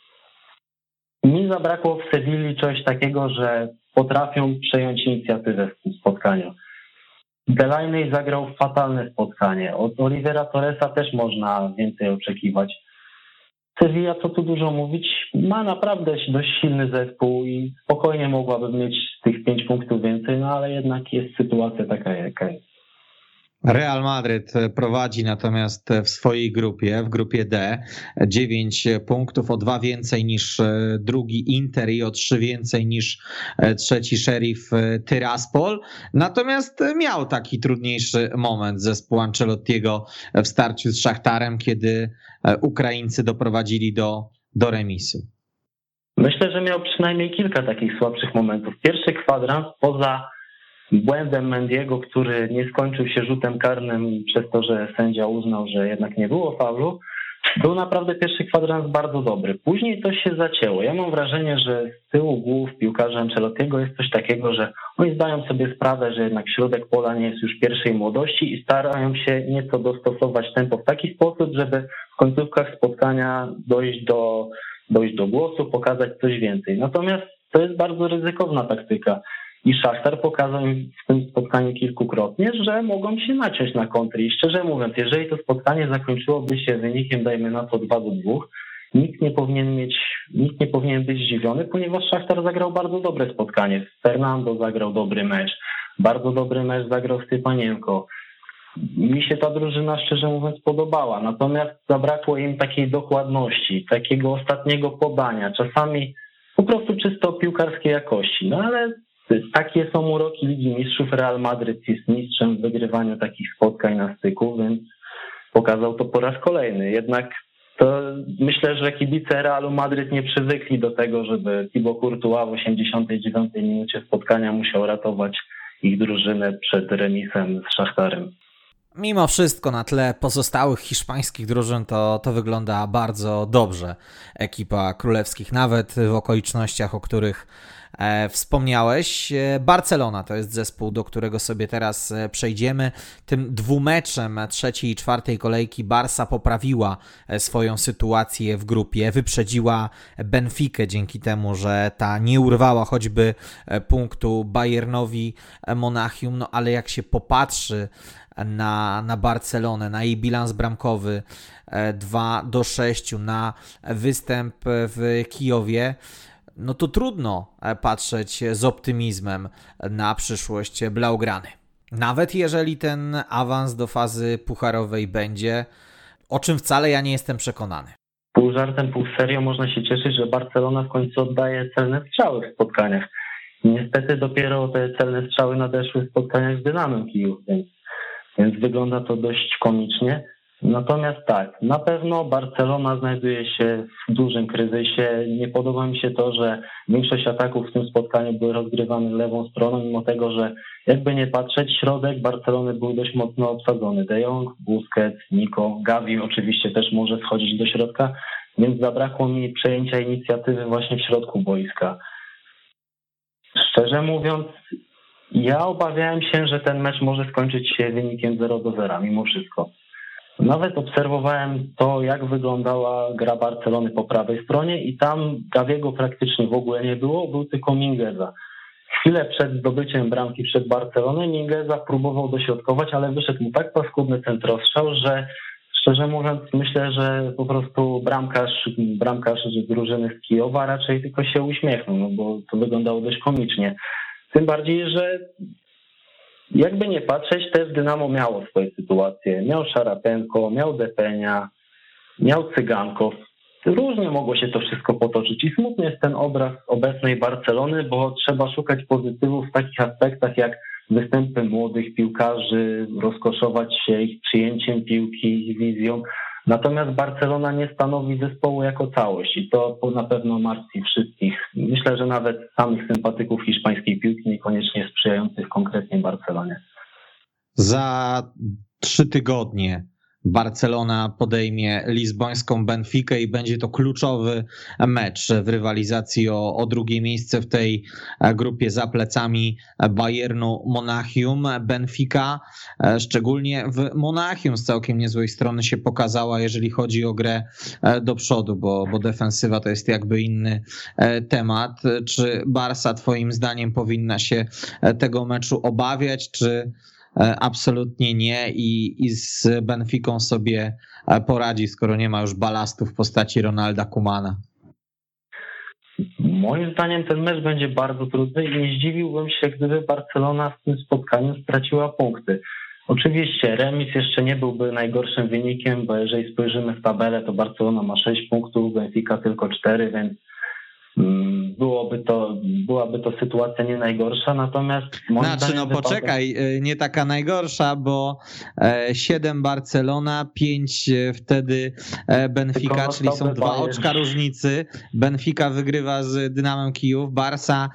Mi zabrakło w Sewilli czegoś takiego, że potrafią przejąć inicjatywę w tym spotkaniu. Delaney zagrał fatalne spotkanie. Od Olivera Torresa też można więcej oczekiwać. Sevilla, co tu dużo mówić, ma naprawdę dość silny zespół i spokojnie mogłaby mieć tych 5 punktów więcej, no ale jednak jest sytuacja taka, jaka jest. Real Madryt prowadzi natomiast w swojej grupie, w grupie D, 9 punktów, o 2 więcej niż drugi Inter i o 3 więcej niż trzeci Sheriff Tiraspol. Natomiast miał taki trudniejszy moment zespół Ancelottiego w starciu z Szachtarem, kiedy Ukraińcy doprowadzili do remisu. Myślę, że miał przynajmniej kilka takich słabszych momentów. Pierwszy kwadrans poza błędem Mendiego, który nie skończył się rzutem karnym przez to, że sędzia uznał, że jednak nie było faulu, był naprawdę pierwszy kwadrans bardzo dobry. Później coś się zacięło. Ja mam wrażenie, że z tyłu głów piłkarza Ancelottiego jest coś takiego, że oni zdają sobie sprawę, że jednak środek pola nie jest już pierwszej młodości i starają się nieco dostosować tempo w taki sposób, żeby w końcówkach spotkania dojść do głosu, pokazać coś więcej. Natomiast to jest bardzo ryzykowna taktyka. I Szachtar pokazał im w tym spotkaniu kilkukrotnie, że mogą się naciąć na kontry. I szczerze mówiąc, jeżeli to spotkanie zakończyłoby się wynikiem, dajmy na to 2-2, nikt nie powinien być zdziwiony, ponieważ Szachtar zagrał bardzo dobre spotkanie. Fernando zagrał dobry mecz, bardzo dobry mecz zagrał Stypanienko. Mi się ta drużyna, szczerze mówiąc, podobała. Natomiast zabrakło im takiej dokładności, takiego ostatniego podania, czasami po prostu czysto piłkarskiej jakości. No ale takie są uroki Ligi Mistrzów. Real Madryt jest mistrzem w wygrywaniu takich spotkań na styku, więc pokazał to po raz kolejny. Jednak to myślę, że kibice Realu Madryt nie przywykli do tego, żeby Thibaut Courtois w 89 minucie spotkania musiał ratować ich drużynę przed remisem z Szachtarem. Mimo wszystko na tle pozostałych hiszpańskich drużyn to wygląda bardzo dobrze. Ekipa królewskich, nawet w okolicznościach, o których wspomniałeś. Barcelona to jest zespół, do którego sobie teraz przejdziemy. Tym dwumeczem trzeciej i czwartej kolejki Barsa poprawiła swoją sytuację w grupie, wyprzedziła Benfikę dzięki temu, że ta nie urwała choćby punktu Bayernowi Monachium, no ale jak się popatrzy na Barcelonę, na jej bilans bramkowy 2-6, na występ w Kijowie, no to trudno patrzeć z optymizmem na przyszłość Blaugrany. Nawet jeżeli ten awans do fazy pucharowej będzie, o czym wcale ja nie jestem przekonany. Pół żartem, pół serio można się cieszyć, że Barcelona w końcu oddaje celne strzały w spotkaniach. Niestety dopiero te celne strzały nadeszły w spotkaniach z Dynamem Kijów, więc wygląda to dość komicznie. Natomiast tak, na pewno Barcelona znajduje się w dużym kryzysie. Nie podoba mi się to, że większość ataków w tym spotkaniu były rozgrywane lewą stroną, mimo tego, że jakby nie patrzeć, środek Barcelony był dość mocno obsadzony. De Jong, Busquets, Nico, Gavi oczywiście też może wchodzić do środka, więc zabrakło mi przejęcia inicjatywy właśnie w środku boiska. Szczerze mówiąc, ja obawiałem się, że ten mecz może skończyć się wynikiem 0-0 mimo wszystko. Nawet obserwowałem to, jak wyglądała gra Barcelony po prawej stronie i tam Gaviego praktycznie w ogóle nie było, był tylko Mingueza. Chwilę przed zdobyciem bramki przed Barceloną Mingueza próbował dośrodkować, ale wyszedł mu tak paskudny centrostrzał, że szczerze mówiąc myślę, że po prostu bramkarz drużyny z Kijowa raczej tylko się uśmiechnął, no bo to wyglądało dość komicznie. Tym bardziej, że jakby nie patrzeć, też Dynamo miało swoje sytuacje. Miał Szarapenko, miał Depenia, miał Cygankow. Różnie mogło się to wszystko potoczyć i smutny jest ten obraz obecnej Barcelony, bo trzeba szukać pozytywów w takich aspektach jak występy młodych piłkarzy, rozkoszować się ich przyjęciem piłki, ich wizją. Natomiast Barcelona nie stanowi zespołu jako całość i to na pewno martwi wszystkich. Myślę, że nawet samych sympatyków hiszpańskiej piłki, niekoniecznie sprzyjających konkretnie Barcelonie. Za 3 tygodnie Barcelona podejmie lizbońską Benfikę i będzie to kluczowy mecz w rywalizacji o drugie miejsce w tej grupie za plecami Bayernu Monachium. Benfica szczególnie w Monachium z całkiem niezłej strony się pokazała, jeżeli chodzi o grę do przodu, bo defensywa to jest jakby inny temat. Czy Barsa twoim zdaniem powinna się tego meczu obawiać, czy absolutnie nie i z Benficą sobie poradzi, skoro nie ma już balastu w postaci Ronalda Koemana? Moim zdaniem ten mecz będzie bardzo trudny i nie zdziwiłbym się, gdyby Barcelona w tym spotkaniu straciła punkty. Oczywiście remis jeszcze nie byłby najgorszym wynikiem, bo jeżeli spojrzymy w tabelę, to Barcelona ma 6 punktów, Benfica tylko 4, więc byłaby to sytuacja nie najgorsza, natomiast poczekaj, nie taka najgorsza, bo 7 Barcelona, 5 wtedy Benfica, czyli są 2 oczka różnicy. Benfica wygrywa z Dynamem Kijów, Barsa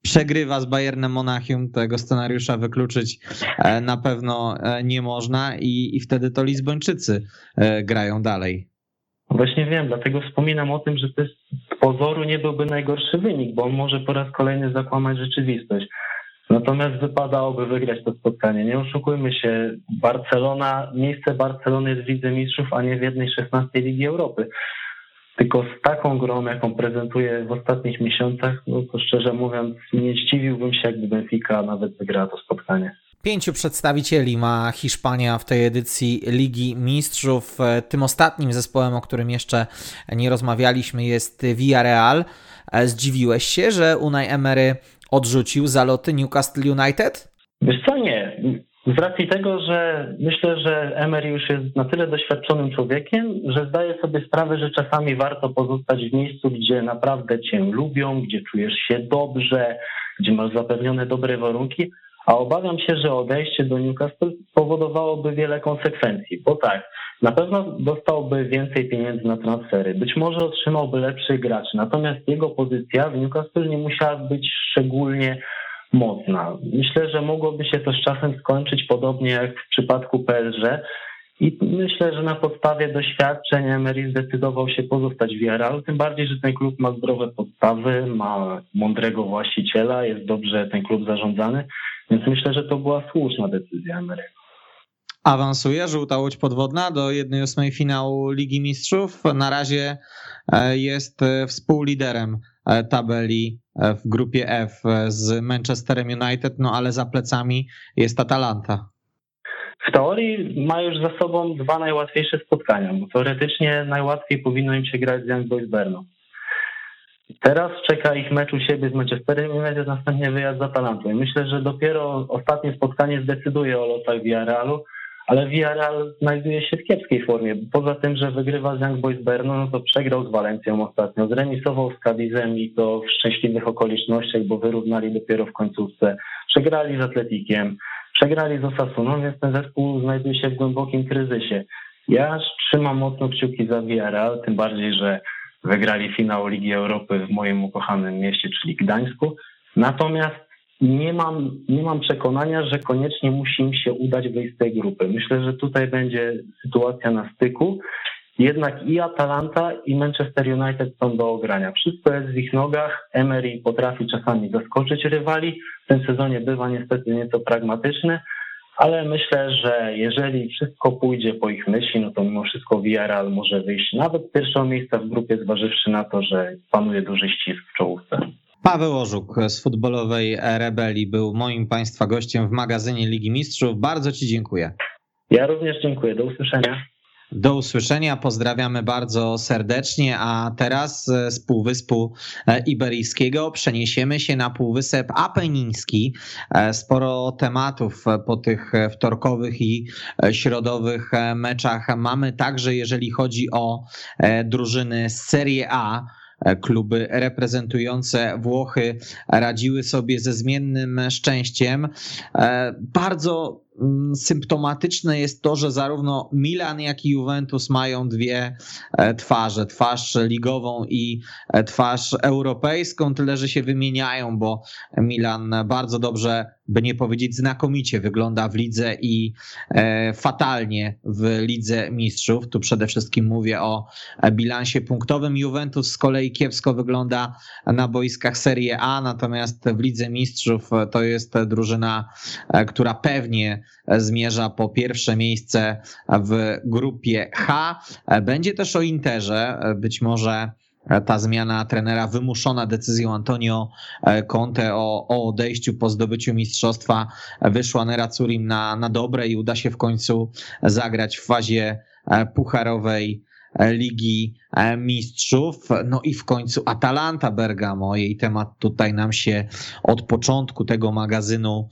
przegrywa z Bayernem Monachium, tego scenariusza wykluczyć na pewno nie można i wtedy to Lizbończycy grają dalej. Właśnie wiem, dlatego wspominam o tym, że to z pozoru nie byłby najgorszy wynik, bo on może po raz kolejny zakłamać rzeczywistość. Natomiast wypadałoby wygrać to spotkanie. Nie oszukujmy się, miejsce Barcelony jest w Lidze Mistrzów, a nie w 1/16 Ligi Europy. Tylko z taką grą, jaką prezentuje w ostatnich miesiącach, no to szczerze mówiąc nie zdziwiłbym się, jakby Benfica nawet wygrała to spotkanie. 5 przedstawicieli ma Hiszpania w tej edycji Ligi Mistrzów. Tym ostatnim zespołem, o którym jeszcze nie rozmawialiśmy, jest Villarreal. Zdziwiłeś się, że Unai Emery odrzucił zaloty Newcastle United? Wiesz co, nie. Z racji tego, że myślę, że Emery już jest na tyle doświadczonym człowiekiem, że zdaje sobie sprawę, że czasami warto pozostać w miejscu, gdzie naprawdę cię lubią, gdzie czujesz się dobrze, gdzie masz zapewnione dobre warunki, a obawiam się, że odejście do Newcastle powodowałoby wiele konsekwencji, bo tak, na pewno dostałby więcej pieniędzy na transfery, być może otrzymałby lepszych graczy, natomiast jego pozycja w Newcastle nie musiała być szczególnie mocna. Myślę, że mogłoby się to z czasem skończyć podobnie jak w przypadku PSG i myślę, że na podstawie doświadczeń Emery zdecydował się pozostać w Villarrealu, tym bardziej, że ten klub ma zdrowe podstawy, ma mądrego właściciela, jest dobrze ten klub zarządzany, więc myślę, że to była słuszna decyzja Emery'ego. Awansuje żółta łódź podwodna do 1/8 finału Ligi Mistrzów. Na razie jest współliderem tabeli w grupie F z Manchesterem United, no ale za plecami jest Atalanta. W teorii ma już za sobą 2 najłatwiejsze spotkania, bo teoretycznie najłatwiej powinno im się grać z Young Boys Brno. Teraz czeka ich mecz u siebie z Manchesterem United, następnie wyjazd z Atalantą. I myślę, że dopiero ostatnie spotkanie zdecyduje o losach Villarrealu, ale Villarreal znajduje się w kiepskiej formie. Poza tym, że wygrywa z Young Boys Brno, no to przegrał z Walencją ostatnio, zremisował z Cadizem i to w szczęśliwych okolicznościach, bo wyrównali dopiero w końcówce. Przegrali z Atletikiem, przegrali z Osasuną, więc ten zespół znajduje się w głębokim kryzysie. Ja trzymam mocno kciuki za Villarreal, tym bardziej, że wygrali finał Ligi Europy w moim ukochanym mieście, czyli Gdańsku. Natomiast nie mam przekonania, że koniecznie musi im się udać wyjść z tej grupy. Myślę, że tutaj będzie sytuacja na styku. Jednak i Atalanta, i Manchester United są do ogrania. Wszystko jest w ich nogach. Emery potrafi czasami zaskoczyć rywali. W tym sezonie bywa niestety nieco pragmatyczny, ale myślę, że jeżeli wszystko pójdzie po ich myśli, no to mimo wszystko Villarreal może wyjść nawet z pierwszego miejsca w grupie, zważywszy na to, że panuje duży ścisk w czołówce. Paweł Orzuk z futbolowej Rebelii był moim Państwa gościem w magazynie Ligi Mistrzów. Bardzo Ci dziękuję. Ja również dziękuję. Do usłyszenia. Do usłyszenia, pozdrawiamy bardzo serdecznie, a teraz z Półwyspu Iberyjskiego przeniesiemy się na Półwysep Apeniński. Sporo tematów po tych wtorkowych i środowych meczach mamy także, jeżeli chodzi o drużyny z Serie A. Kluby reprezentujące Włochy radziły sobie ze zmiennym szczęściem. Bardzo symptomatyczne jest to, że zarówno Milan, jak i Juventus mają dwie twarze. Twarz ligową i twarz europejską, tyle że się wymieniają, bo Milan bardzo dobrze, by nie powiedzieć znakomicie, wygląda w lidze i fatalnie w Lidze Mistrzów. Tu przede wszystkim mówię o bilansie punktowym. Juventus z kolei kiepsko wygląda na boiskach Serie A, natomiast w Lidze Mistrzów to jest drużyna, która pewnie zmierza po pierwsze miejsce w grupie H. Będzie też o Interze, być może ta zmiana trenera wymuszona decyzją Antonio Conte o odejściu po zdobyciu mistrzostwa wyszła Nerazzurrim na dobre i uda się w końcu zagrać w fazie pucharowej Ligi Mistrzów. No i w końcu Atalanta Bergamo. Jej temat tutaj nam się od początku tego magazynu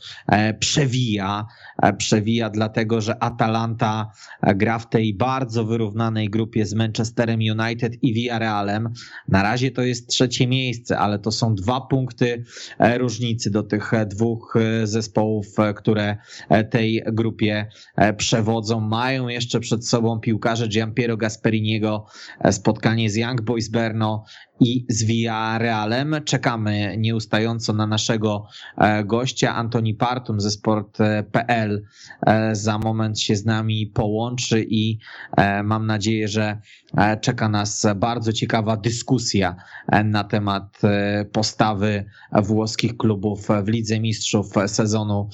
przewija dlatego, że Atalanta gra w tej bardzo wyrównanej grupie z Manchesterem United i Villarrealem. Na razie to jest trzecie miejsce, ale to są 2 punkty różnicy do tych 2 zespołów, które tej grupie przewodzą. Mają jeszcze przed sobą piłkarze Giampiero Gasperiniego z spotkanie z Young Boys Brno i z Villarrealem. Czekamy nieustająco na naszego gościa. Antoni Partum ze Sport.pl za moment się z nami połączy i mam nadzieję, że czeka nas bardzo ciekawa dyskusja na temat postawy włoskich klubów w Lidze Mistrzów sezonu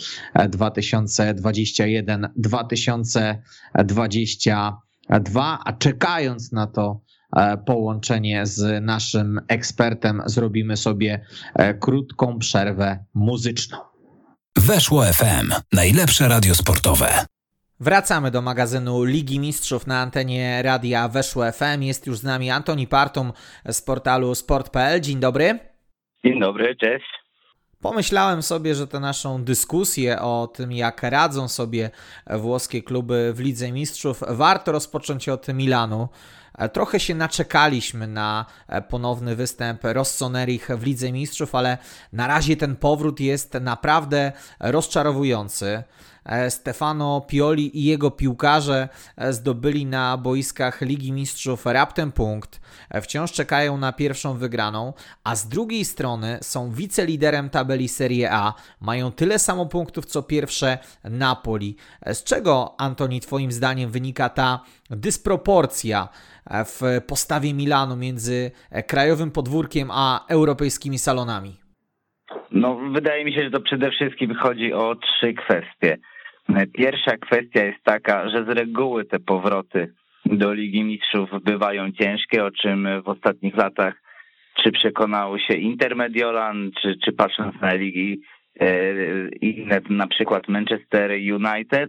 2021-2022, a czekając na to połączenie z naszym ekspertem, zrobimy sobie krótką przerwę muzyczną. Weszło FM. Najlepsze radio sportowe. Wracamy do magazynu Ligi Mistrzów na antenie radia Weszło FM. Jest już z nami Antoni Partum z portalu Sport.pl. Dzień dobry. Dzień dobry, cześć. Pomyślałem sobie, że tę naszą dyskusję o tym, jak radzą sobie włoskie kluby w Lidze Mistrzów, warto rozpocząć od Milanu. Trochę się naczekaliśmy na ponowny występ Rossonerich w Lidze Mistrzów, ale na razie ten powrót jest naprawdę rozczarowujący. Stefano Pioli i jego piłkarze zdobyli na boiskach Ligi Mistrzów raptem punkt. Wciąż czekają na pierwszą wygraną, a z drugiej strony są wiceliderem tabeli Serie A. Mają tyle samo punktów co pierwsze Napoli. Z czego, Antoni, twoim zdaniem wynika ta dysproporcja w postawie Milanu między krajowym podwórkiem a europejskimi salonami? No, wydaje mi się, że to przede wszystkim chodzi o 3 kwestie. Pierwsza kwestia jest taka, że z reguły te powroty do Ligi Mistrzów bywają ciężkie, o czym w ostatnich latach czy przekonało się Inter Mediolan, czy patrząc na ligi inne, na przykład Manchester United.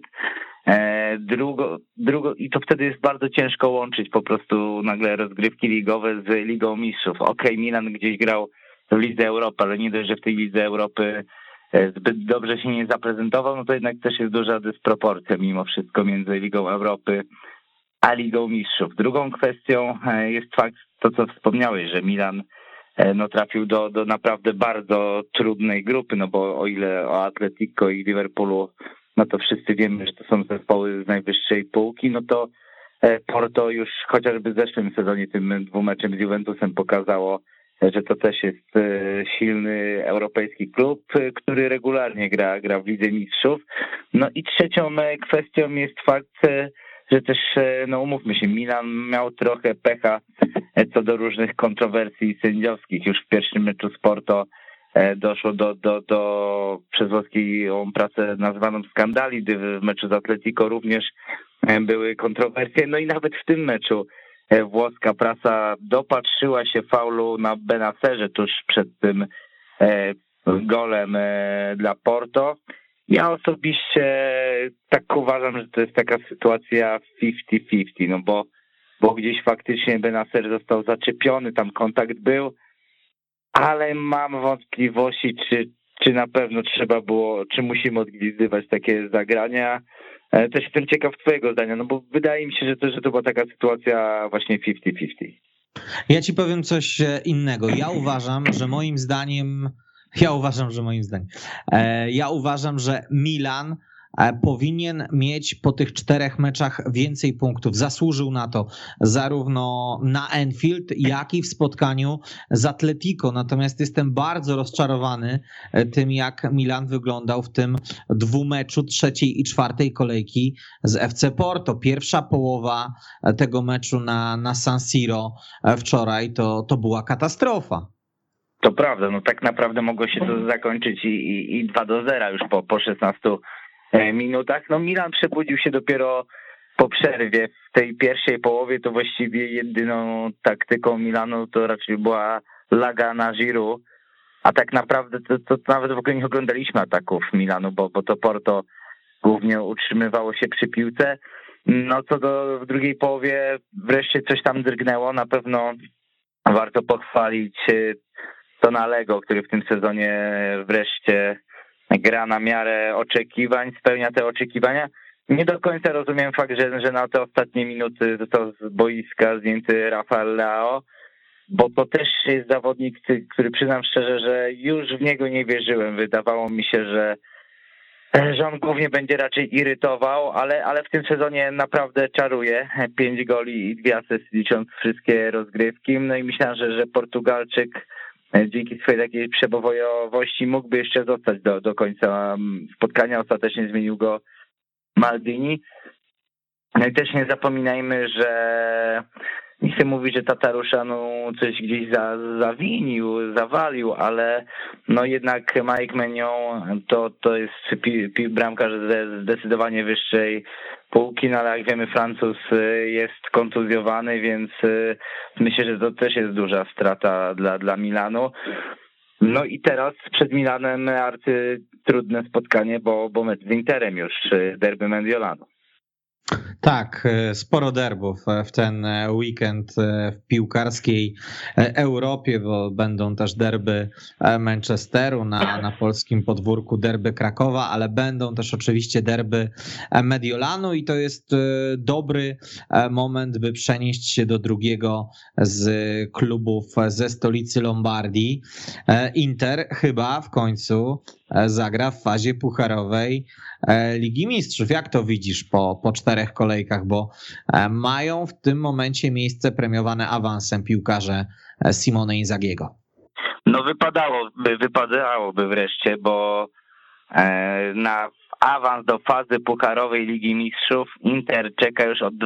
I to wtedy jest bardzo ciężko łączyć po prostu nagle rozgrywki ligowe z Ligą Mistrzów. Okej, Milan gdzieś grał w Lidze Europy, ale nie dość, że w tej Lidze Europy zbyt dobrze się nie zaprezentował, no to jednak też jest duża dysproporcja mimo wszystko między Ligą Europy a Ligą Mistrzów. Drugą kwestią jest fakt, to co wspomniałeś, że Milan trafił do naprawdę bardzo trudnej grupy, no bo o ile o Atletico i Liverpoolu, no to wszyscy wiemy, że to są zespoły z najwyższej półki, no to Porto już chociażby w zeszłym sezonie tym 2 meczem z Juventusem pokazało, że to też jest silny europejski klub, który regularnie gra w Lidze Mistrzów. No i trzecią kwestią jest fakt, że też, no umówmy się, Milan miał trochę pecha co do różnych kontrowersji sędziowskich. Już w pierwszym meczu z Porto doszło do przez włoską prasę nazwaną skandali, gdy w meczu z Atletico również były kontrowersje. No i nawet w tym meczu włoska prasa dopatrzyła się faulu na Benacerze tuż przed tym golem dla Porto. Ja osobiście tak uważam, że to jest taka sytuacja 50-50, no bo gdzieś faktycznie Benacer został zaczepiony, tam kontakt był, ale mam wątpliwości, czy na pewno trzeba było, czy musimy odgwizdywać takie zagrania. Też jestem ciekaw twojego zdania, no bo wydaje mi się, że to była taka sytuacja właśnie 50-50. Ja ci powiem coś innego. Ja uważam, że Milan powinien mieć po tych 4 meczach więcej punktów. Zasłużył na to zarówno na Anfield, jak i w spotkaniu z Atletico. Natomiast jestem bardzo rozczarowany tym, jak Milan wyglądał w tym dwumeczu 3. i 4. kolejki z FC Porto. Pierwsza połowa tego meczu na San Siro wczoraj to była katastrofa. To prawda, no tak naprawdę mogło się to zakończyć i 2-0 już po 16 minutach. No Milan przebudził się dopiero po przerwie. W tej pierwszej połowie to właściwie jedyną taktyką Milanu to raczej była laga na Giroud, a tak naprawdę to nawet w ogóle nie oglądaliśmy ataków Milanu, bo to Porto głównie utrzymywało się przy piłce. No co w drugiej połowie wreszcie coś tam drgnęło. Na pewno warto pochwalić Tonalego, który w tym sezonie wreszcie gra na miarę oczekiwań, spełnia te oczekiwania. Nie do końca rozumiem fakt, że na te ostatnie minuty został z boiska zdjęty Rafael Leao, bo to też jest zawodnik, który przyznam szczerze, że już w niego nie wierzyłem. Wydawało mi się, że że on głównie będzie raczej irytował, ale w tym sezonie naprawdę czaruje. 5 goli i 2 asysty, licząc wszystkie rozgrywki. No i myślałem, że Portugalczyk dzięki swojej takiej przebojowości mógłby jeszcze zostać do końca spotkania. Ostatecznie zmienił go Maldini. No i też nie zapominajmy, że nie chcę mówić, że Tatarusza coś gdzieś zawinił, zawalił, ale no jednak Mike Maignan to jest bramkarz ze zdecydowanie wyższej półki, no ale jak wiemy Francuz jest kontuzjowany, więc myślę, że to też jest duża strata dla Milanu. No i teraz przed Milanem trudne spotkanie, bo mecz z Interem już, derby Mediolanu. Tak, sporo derbów w ten weekend w piłkarskiej Europie, bo będą też derby Manchesteru na polskim podwórku, derby Krakowa, ale będą też oczywiście derby Mediolanu i to jest dobry moment, by przenieść się do drugiego z klubów ze stolicy Lombardii. Inter chyba w końcu zagra w fazie pucharowej Ligi Mistrzów. Jak to widzisz po 4 kolejkach, bo mają w tym momencie miejsce premiowane awansem piłkarze Simone Inzaghiego? No wypadałoby wreszcie, bo na awans do fazy pucharowej Ligi Mistrzów Inter czeka już od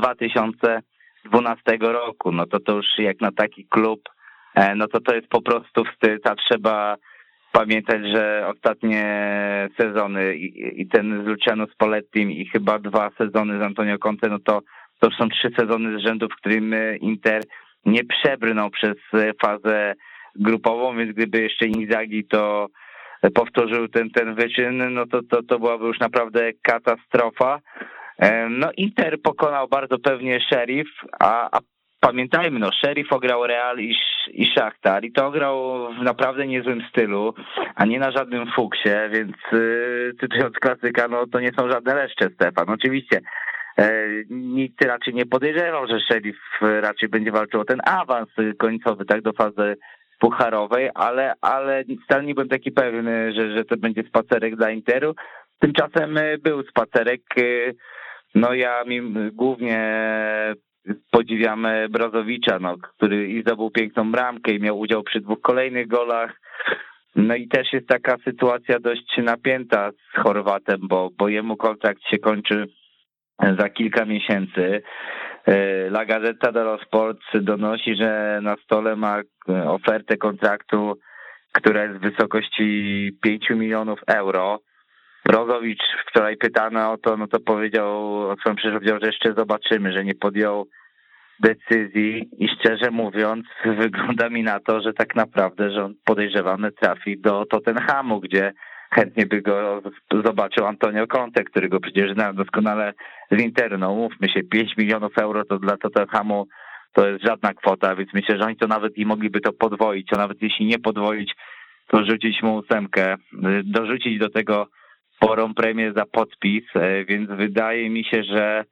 2012 roku. No to już jak na taki klub, no to jest po prostu wstyd, a trzeba pamiętać, że ostatnie sezony i ten z Luciano Spallettim i chyba 2 sezony z Antonio Conte, no to są 3 sezony z rzędu, w którym Inter nie przebrnął przez fazę grupową, więc gdyby jeszcze Inzaghi to powtórzył ten wyczyn, no to byłaby już naprawdę katastrofa. No Inter pokonał bardzo pewnie Sheriff, a pamiętajmy, no Sheriff ograł Real i Szachtar i to ograł w naprawdę niezłym stylu, a nie na żadnym fuksie, więc cytując klasyka, no to nie są żadne leszcze, Stefan. Oczywiście nikt raczej nie podejrzewał, że Sheriff raczej będzie walczył o ten awans końcowy, tak, do fazy pucharowej, ale wcale nie byłem taki pewny, że to będzie spacerek dla Interu. Tymczasem był spacerek. No ja głównie podziwiam Brozowicza, który i zdobył piękną bramkę i miał udział przy 2 kolejnych golach. No i też jest taka sytuacja dość napięta z Chorwatem, bo jemu kontrakt się kończy za kilka miesięcy. La Gazzetta dello Sport donosi, że na stole ma ofertę kontraktu, która jest w wysokości 5 milionów euro. Brozowicz wczoraj pytany o to, no to powiedział, że jeszcze zobaczymy, że nie podjął decyzji i szczerze mówiąc wygląda mi na to, że tak naprawdę, że on podejrzewamy trafi do Tottenhamu, gdzie chętnie by go zobaczył Antonio Conte, który go przecież zna doskonale z Interu. No mówmy się, 5 milionów euro to dla Tottenhamu to jest żadna kwota, więc myślę, że oni to nawet i mogliby to podwoić, a nawet jeśli nie podwoić, to rzucić mu 8, dorzucić do tego sporą premię za podpis, więc wydaje mi się, że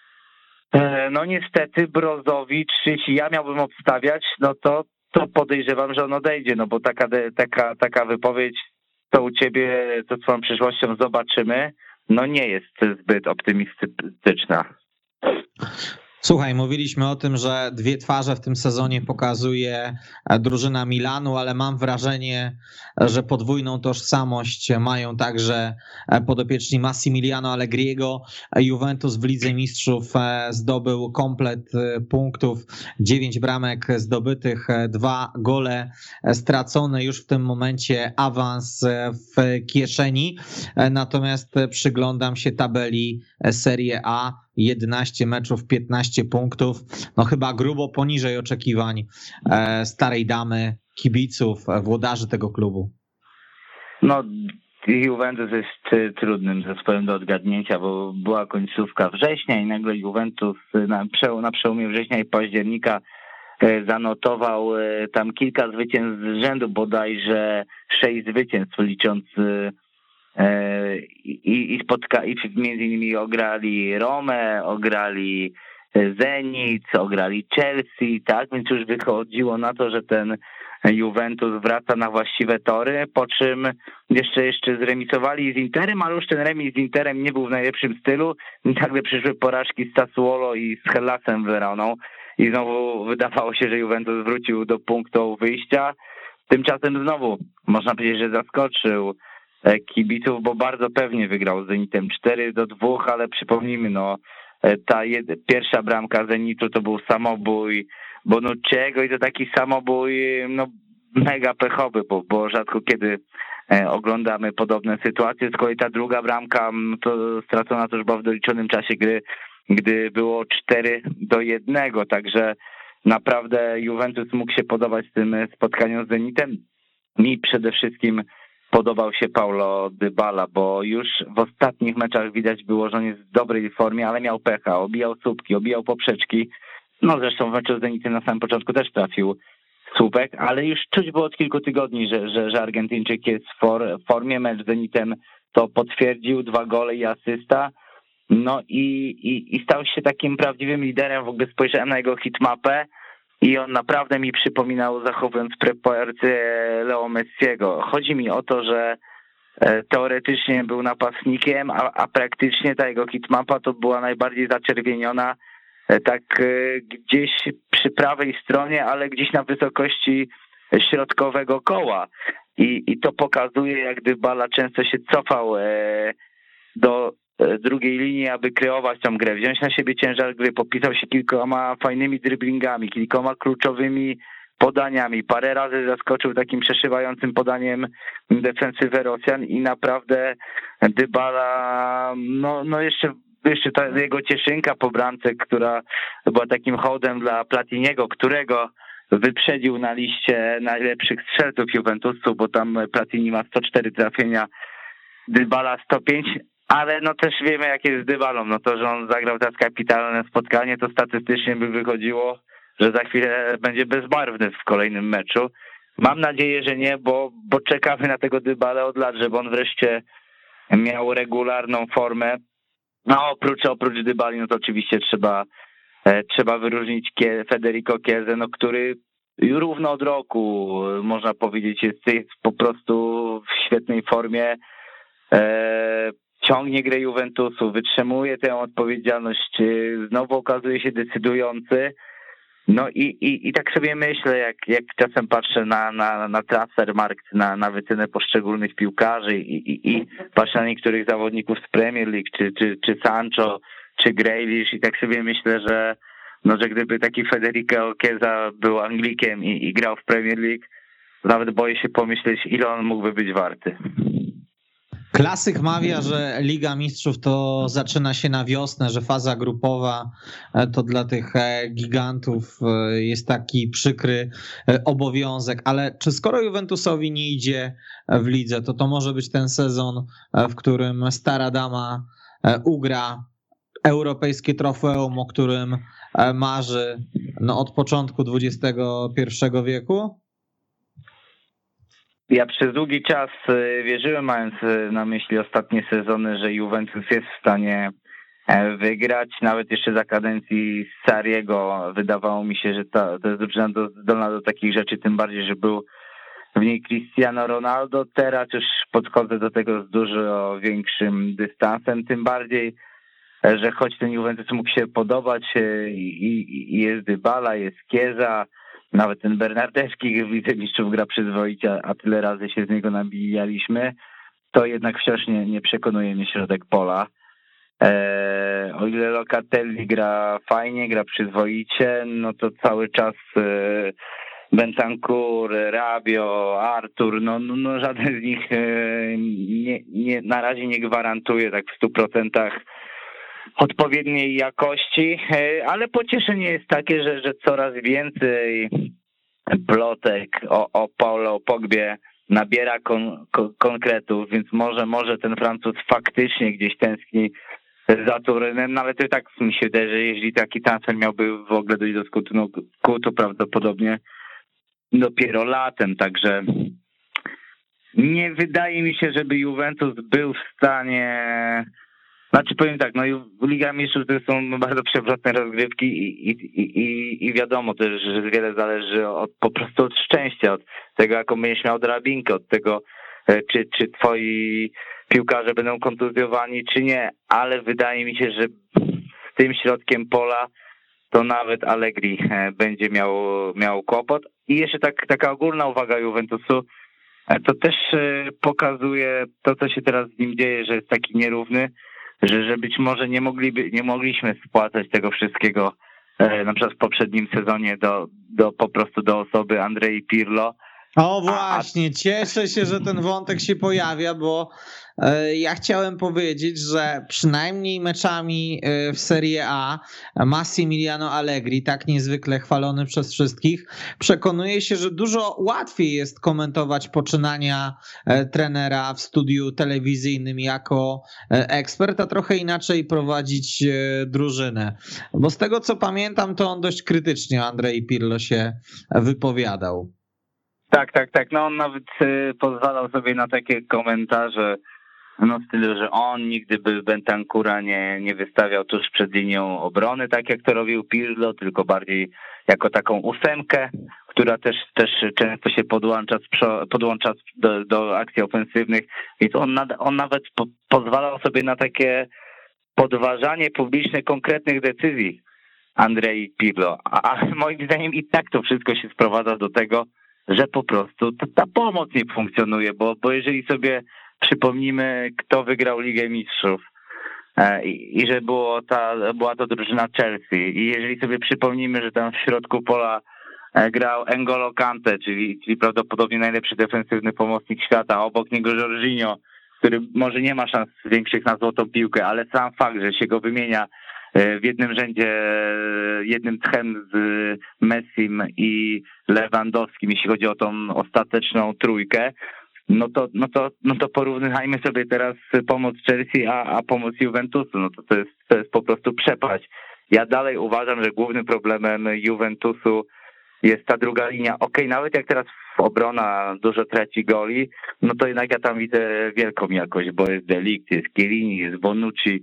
no niestety Brozowicz, jeśli ja miałbym obstawiać, no to podejrzewam, że on odejdzie, no bo taka wypowiedź, to u ciebie to swoją przyszłością zobaczymy, no nie jest zbyt optymistyczna. Słuchaj, mówiliśmy o tym, że 2 twarze w tym sezonie pokazuje drużyna Milanu, ale mam wrażenie, że podwójną tożsamość mają także podopieczni Massimiliano Allegriego. Juventus w Lidze Mistrzów zdobył komplet punktów, 9 bramek zdobytych, 2 gole stracone, już w tym momencie awans w kieszeni. Natomiast przyglądam się tabeli Serie A. 11 meczów, 15 punktów, no chyba grubo poniżej oczekiwań starej damy, kibiców, włodarzy tego klubu. No Juventus jest trudnym zespołem do odgadnięcia, bo była końcówka września i nagle Juventus na przełomie września i października zanotował tam kilka zwycięstw z rzędu, bodajże 6 zwycięstw, licząc i między innymi ograli Romę, ograli Zenit, ograli Chelsea, tak, więc już wychodziło na to, że ten Juventus wraca na właściwe tory, po czym jeszcze zremisowali z Interem, ale już ten remis z Interem nie był w najlepszym stylu. Nagle przyszły porażki z Sassuolo i z Hellasem Weroną i znowu wydawało się, że Juventus wrócił do punktu wyjścia. Tymczasem znowu można powiedzieć, że zaskoczył kibiców, bo bardzo pewnie wygrał z Zenitem 4-2, ale przypomnijmy, ta pierwsza bramka Zenitu to był samobój Bonucciego i to taki samobój mega pechowy, bo rzadko kiedy oglądamy podobne sytuacje. Z kolei ta druga bramka to stracona też była w doliczonym czasie gry, gdy było 4-1, także naprawdę Juventus mógł się podobać tym spotkaniom z Zenitem. Mi przede wszystkim podobał się Paulo Dybala, bo już w ostatnich meczach widać było, że on jest w dobrej formie, ale miał pecha, obijał słupki, obijał poprzeczki. Zresztą w meczu z Zenitem na samym początku też trafił słupek, ale już czuć było od kilku tygodni, że Argentyńczyk jest w formie. Mecz z Zenitem to potwierdził, 2 gole i asysta. I stał się takim prawdziwym liderem. W ogóle spojrzałem na jego hitmapę i on naprawdę mi przypominał, zachowując proporcje, Leo Messiego. Chodzi mi o to, że teoretycznie był napastnikiem, a praktycznie ta jego hitmapa to była najbardziej zaczerwieniona, tak gdzieś przy prawej stronie, ale gdzieś na wysokości środkowego koła. I to pokazuje, jak Dybala często się cofał do drugiej linii, aby kreować tą grę, wziąć na siebie ciężar gry, popisał się kilkoma fajnymi driblingami, kilkoma kluczowymi podaniami, parę razy zaskoczył takim przeszywającym podaniem defensywę Rosjan i naprawdę Dybala, jeszcze ta jego cieszynka po bramce, która była takim hołdem dla Platiniego, którego wyprzedził na liście najlepszych strzelców Juventusu, bo tam Platini ma 104 trafienia, Dybala 105, ale też wiemy, jak jest z Dybalą, to, że on zagrał teraz kapitalne spotkanie, to statystycznie by wychodziło, że za chwilę będzie bezbarwny w kolejnym meczu. Mam nadzieję, że nie, bo czekamy na tego Dybalę od lat, żeby on wreszcie miał regularną formę. Oprócz Dybali, to oczywiście trzeba wyróżnić Federico Chiesę, który równo od roku, można powiedzieć, jest po prostu w świetnej formie. Ciągnie grę Juventusu, wytrzymuje tę odpowiedzialność, znowu okazuje się decydujący. I tak sobie myślę, jak czasem patrzę na Transfermarkt, na wycenę poszczególnych piłkarzy i patrzę na niektórych zawodników z Premier League, czy Sancho, czy Grealish, i tak sobie myślę, że gdyby taki Federico Chiesa był Anglikiem i grał w Premier League, nawet boję się pomyśleć, ile on mógłby być warty. Klasyk mawia, że Liga Mistrzów to zaczyna się na wiosnę, że faza grupowa to dla tych gigantów jest taki przykry obowiązek, ale czy skoro Juventusowi nie idzie w lidze, to może być ten sezon, w którym stara dama ugra europejskie trofeum, o którym marzy od początku XXI wieku? Ja przez długi czas wierzyłem, mając na myśli ostatnie sezony, że Juventus jest w stanie wygrać. Nawet jeszcze za kadencji Sarriego wydawało mi się, że to jest drużyna zdolna do takich rzeczy, tym bardziej, że był w niej Cristiano Ronaldo. Teraz już podchodzę do tego z dużo większym dystansem, tym bardziej, że choć ten Juventus mógł się podobać i jest Dybala, jest Chiesa, nawet ten Bernardewski w Lidze Mistrzów gra przyzwoicie, a tyle razy się z niego nabijaliśmy, to jednak wciąż nie przekonuje mnie środek pola. O ile Locatelli gra fajnie, gra przyzwoicie, to cały czas Bentancur, Rabiot, Artur, żaden z nich nie, na razie nie gwarantuje tak w 100% odpowiedniej jakości, ale pocieszenie jest takie, że coraz więcej plotek o Paulo Pogbie nabiera konkretów, więc może ten Francuz faktycznie gdzieś tęskni za Turynem, ale to tak mi się wydaje, że jeśli taki transfer miałby w ogóle dojść do skutku, to prawdopodobnie dopiero latem, także nie wydaje mi się, żeby Juventus był w stanie Znaczy powiem tak, no i Liga Mistrzów to są bardzo przewrotne rozgrywki i wiadomo też, że wiele zależy po prostu od szczęścia, od tego, jaką będziesz miał drabinkę, od tego, czy twoi piłkarze będą kontuzjowani, czy nie, ale wydaje mi się, że z tym środkiem pola to nawet Allegri będzie miał kłopot. I jeszcze taka ogólna uwaga Juventusu, to też pokazuje to, co się teraz z nim dzieje, że jest taki nierówny, że być może nie mogliśmy spłacać tego wszystkiego na przykład w poprzednim sezonie po prostu do osoby Andrei Pirlo. O właśnie, cieszę się, że ten wątek się pojawia, bo ja chciałem powiedzieć, że przynajmniej meczami w Serie A Massimiliano Allegri, tak niezwykle chwalony przez wszystkich, przekonuje się, że dużo łatwiej jest komentować poczynania trenera w studiu telewizyjnym jako ekspert, a trochę inaczej prowadzić drużynę. Bo z tego co pamiętam, to on dość krytycznie o Andrei Pirlo się wypowiadał. Tak. No on nawet pozwalał sobie na takie komentarze, no w stylu, że on nigdy by Bentancura nie wystawiał tuż przed linią obrony, tak jak to robił Pirlo, tylko bardziej jako taką ósemkę, która też często się podłącza do akcji ofensywnych, więc on nawet pozwalał sobie na takie podważanie publiczne konkretnych decyzji Andrei Pirlo, a moim zdaniem i tak to wszystko się sprowadza do tego, że po prostu ta pomoc nie funkcjonuje, bo jeżeli sobie przypomnimy, kto wygrał Ligę Mistrzów i że była to drużyna Chelsea, i jeżeli sobie przypomnimy, że tam w środku pola grał N'Golo Kante, czyli prawdopodobnie najlepszy defensywny pomocnik świata, obok niego Jorginho, który może nie ma szans większych na złotą piłkę, ale sam fakt, że się go wymienia w jednym rzędzie, jednym tchem z Messim i Lewandowskim, jeśli chodzi o tą ostateczną trójkę, no to porównajmy sobie teraz pomoc Chelsea a pomoc Juventusu. No to jest po prostu przepaść. Ja dalej uważam, że głównym problemem Juventusu jest ta druga linia. Okej, nawet jak teraz obrona dużo traci goli, no to jednak ja tam widzę wielką jakość, bo jest De Ligt, jest Chiellini, jest Bonucci.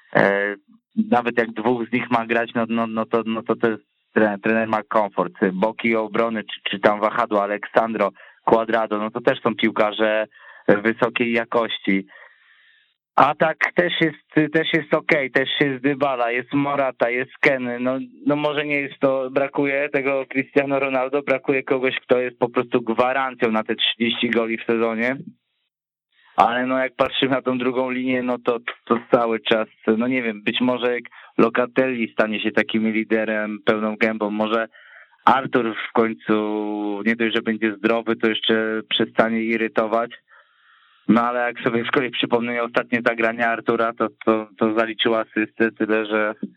Nawet jak dwóch z nich ma grać, to jest trener ma komfort. Boki obrony, czy tam wahadło Aleksandro, Cuadrado, no to też są piłkarze wysokiej jakości. A tak też jest okej, też jest Dybala, jest Morata, jest Ken, no może nie jest to, brakuje tego Cristiano Ronaldo, brakuje kogoś, kto jest po prostu gwarancją na te 30 goli w sezonie. Ale no jak patrzymy na tą drugą linię, no to cały czas, no nie wiem, być może jak Locatelli stanie się takim liderem pełną gębą, może Artur w końcu nie dość, że będzie zdrowy, to jeszcze przestanie irytować. No ale jak sobie z kolei przypomnę ostatnie zagrania Artura, to zaliczył asystę, tyle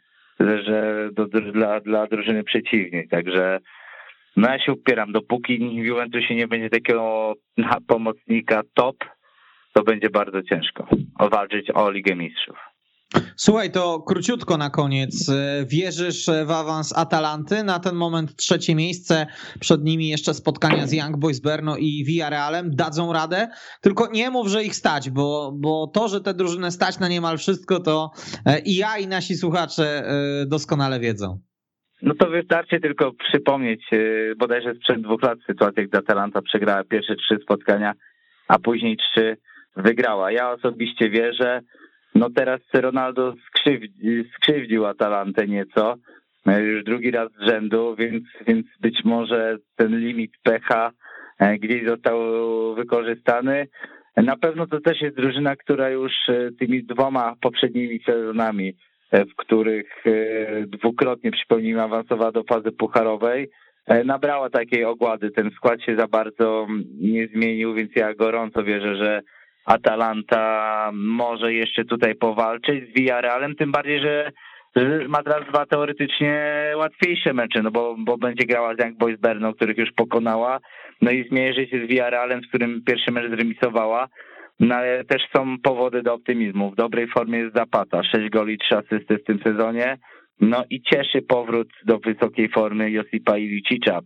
że dla drużyny przeciwnej. Także no ja się upieram, dopóki w Juventusie nie będzie takiego pomocnika top, to będzie bardzo ciężko walczyć o Ligę Mistrzów. Słuchaj, to króciutko na koniec. Wierzysz w awans Atalanty? Na ten moment 3. miejsce, przed nimi jeszcze spotkania z Young Boys Brno i Villarrealem. Dadzą radę? Tylko nie mów, że ich stać, bo to, że te drużyny stać na niemal wszystko, to i ja, i nasi słuchacze doskonale wiedzą. No to wystarczy tylko przypomnieć, bodajże sprzed 2 lat sytuację, gdy Atalanta przegrała pierwsze 3 spotkania, a później 3 wygrała. Ja osobiście wierzę. No teraz Ronaldo skrzywdził Atalantę nieco, już drugi raz z rzędu, więc być może ten limit pecha gdzieś został wykorzystany. Na pewno to też jest drużyna, która już tymi 2 poprzednimi sezonami, w których dwukrotnie, przypomnijmy, awansowała do fazy pucharowej, nabrała takiej ogłady. Ten skład się za bardzo nie zmienił, więc ja gorąco wierzę, że Atalanta może jeszcze tutaj powalczyć z Villarrealem, tym bardziej, że ma teraz 2 teoretycznie łatwiejsze mecze, no bo będzie grała z Young Boys Brno, których już pokonała, no i zmierzy się z Villarrealem, z którym pierwszy mecz zremisowała, no ale też są powody do optymizmu. W dobrej formie jest Zapata, 6 goli, 3 asysty w tym sezonie, no i cieszy powrót do wysokiej formy Josipa Ilicicia,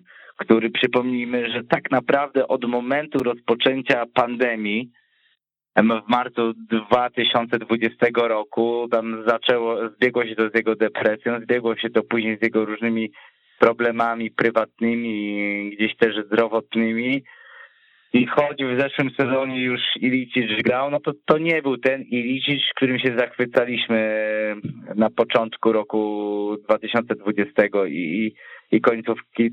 który, przypomnijmy, że tak naprawdę od momentu rozpoczęcia pandemii w marcu 2020 roku. Tam zbiegło się to z jego depresją, zbiegło się to później z jego różnymi problemami prywatnymi, gdzieś też zdrowotnymi. I choć w zeszłym sezonie już Ilicic grał, no to nie był ten Ilicic, którym się zachwycaliśmy na początku roku 2020 i końcówki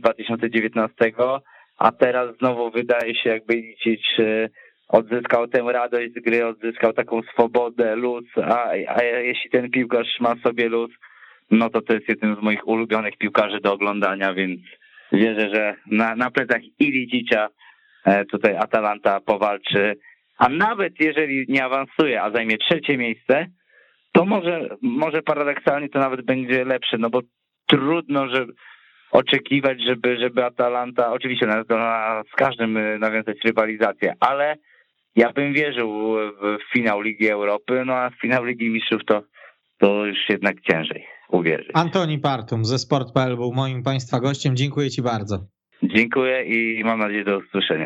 2019, a teraz znowu wydaje się, jakby Ilicic odzyskał tę radość z gry, odzyskał taką swobodę, luz, a jeśli ten piłkarz ma w sobie luz, no to jest jeden z moich ulubionych piłkarzy do oglądania, więc wierzę, że na plecach Ilicicia tutaj Atalanta powalczy, a nawet jeżeli nie awansuje, a zajmie 3. miejsce, to może paradoksalnie to nawet będzie lepsze, no bo trudno oczekiwać, żeby Atalanta, oczywiście z każdym nawiązać rywalizację, ale ja bym wierzył w finał Ligi Europy, no a w finał Ligi Mistrzów to już jednak ciężej uwierzyć. Antoni Partum ze Sport.pl był moim Państwa gościem. Dziękuję Ci bardzo. Dziękuję i mam nadzieję do usłyszenia.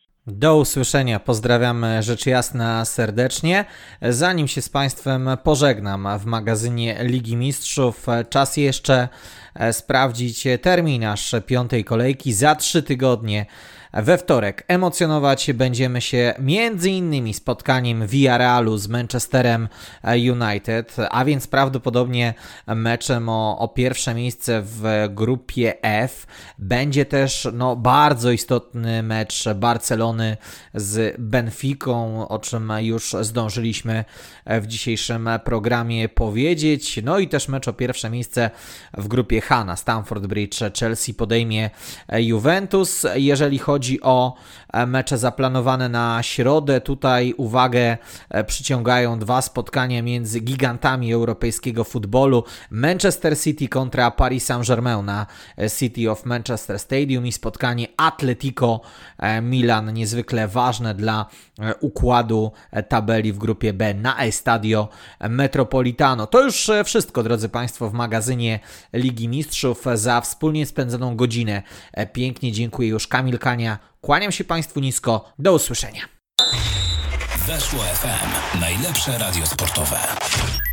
Do usłyszenia. Pozdrawiam rzecz jasna serdecznie. Zanim się z Państwem pożegnam w magazynie Ligi Mistrzów, czas jeszcze sprawdzić terminarz 5. kolejki za 3 tygodnie. We wtorek emocjonować będziemy się m.in. spotkaniem Villarrealu z Manchesterem United, a więc prawdopodobnie meczem o pierwsze miejsce w grupie F. Będzie też bardzo istotny mecz Barcelony z Benficą, o czym już zdążyliśmy w dzisiejszym programie powiedzieć. No i też mecz o pierwsze miejsce w grupie H na Stamford Bridge. Chelsea podejmie Juventus. Jeżeli chodzi o mecze zaplanowane na środę, tutaj uwagę przyciągają 2 spotkania między gigantami europejskiego futbolu. Manchester City kontra Paris Saint-Germain na City of Manchester Stadium i spotkanie Atletico Milan, niezwykle ważne dla układu tabeli w grupie B na Estadio Metropolitano. To już wszystko, drodzy Państwo, w magazynie Ligi Mistrzów. Za wspólnie spędzoną godzinę pięknie dziękuję już Kamil Kania. Kłaniam się Państwu nisko. Do usłyszenia. Weszło FM. Najlepsze radio sportowe.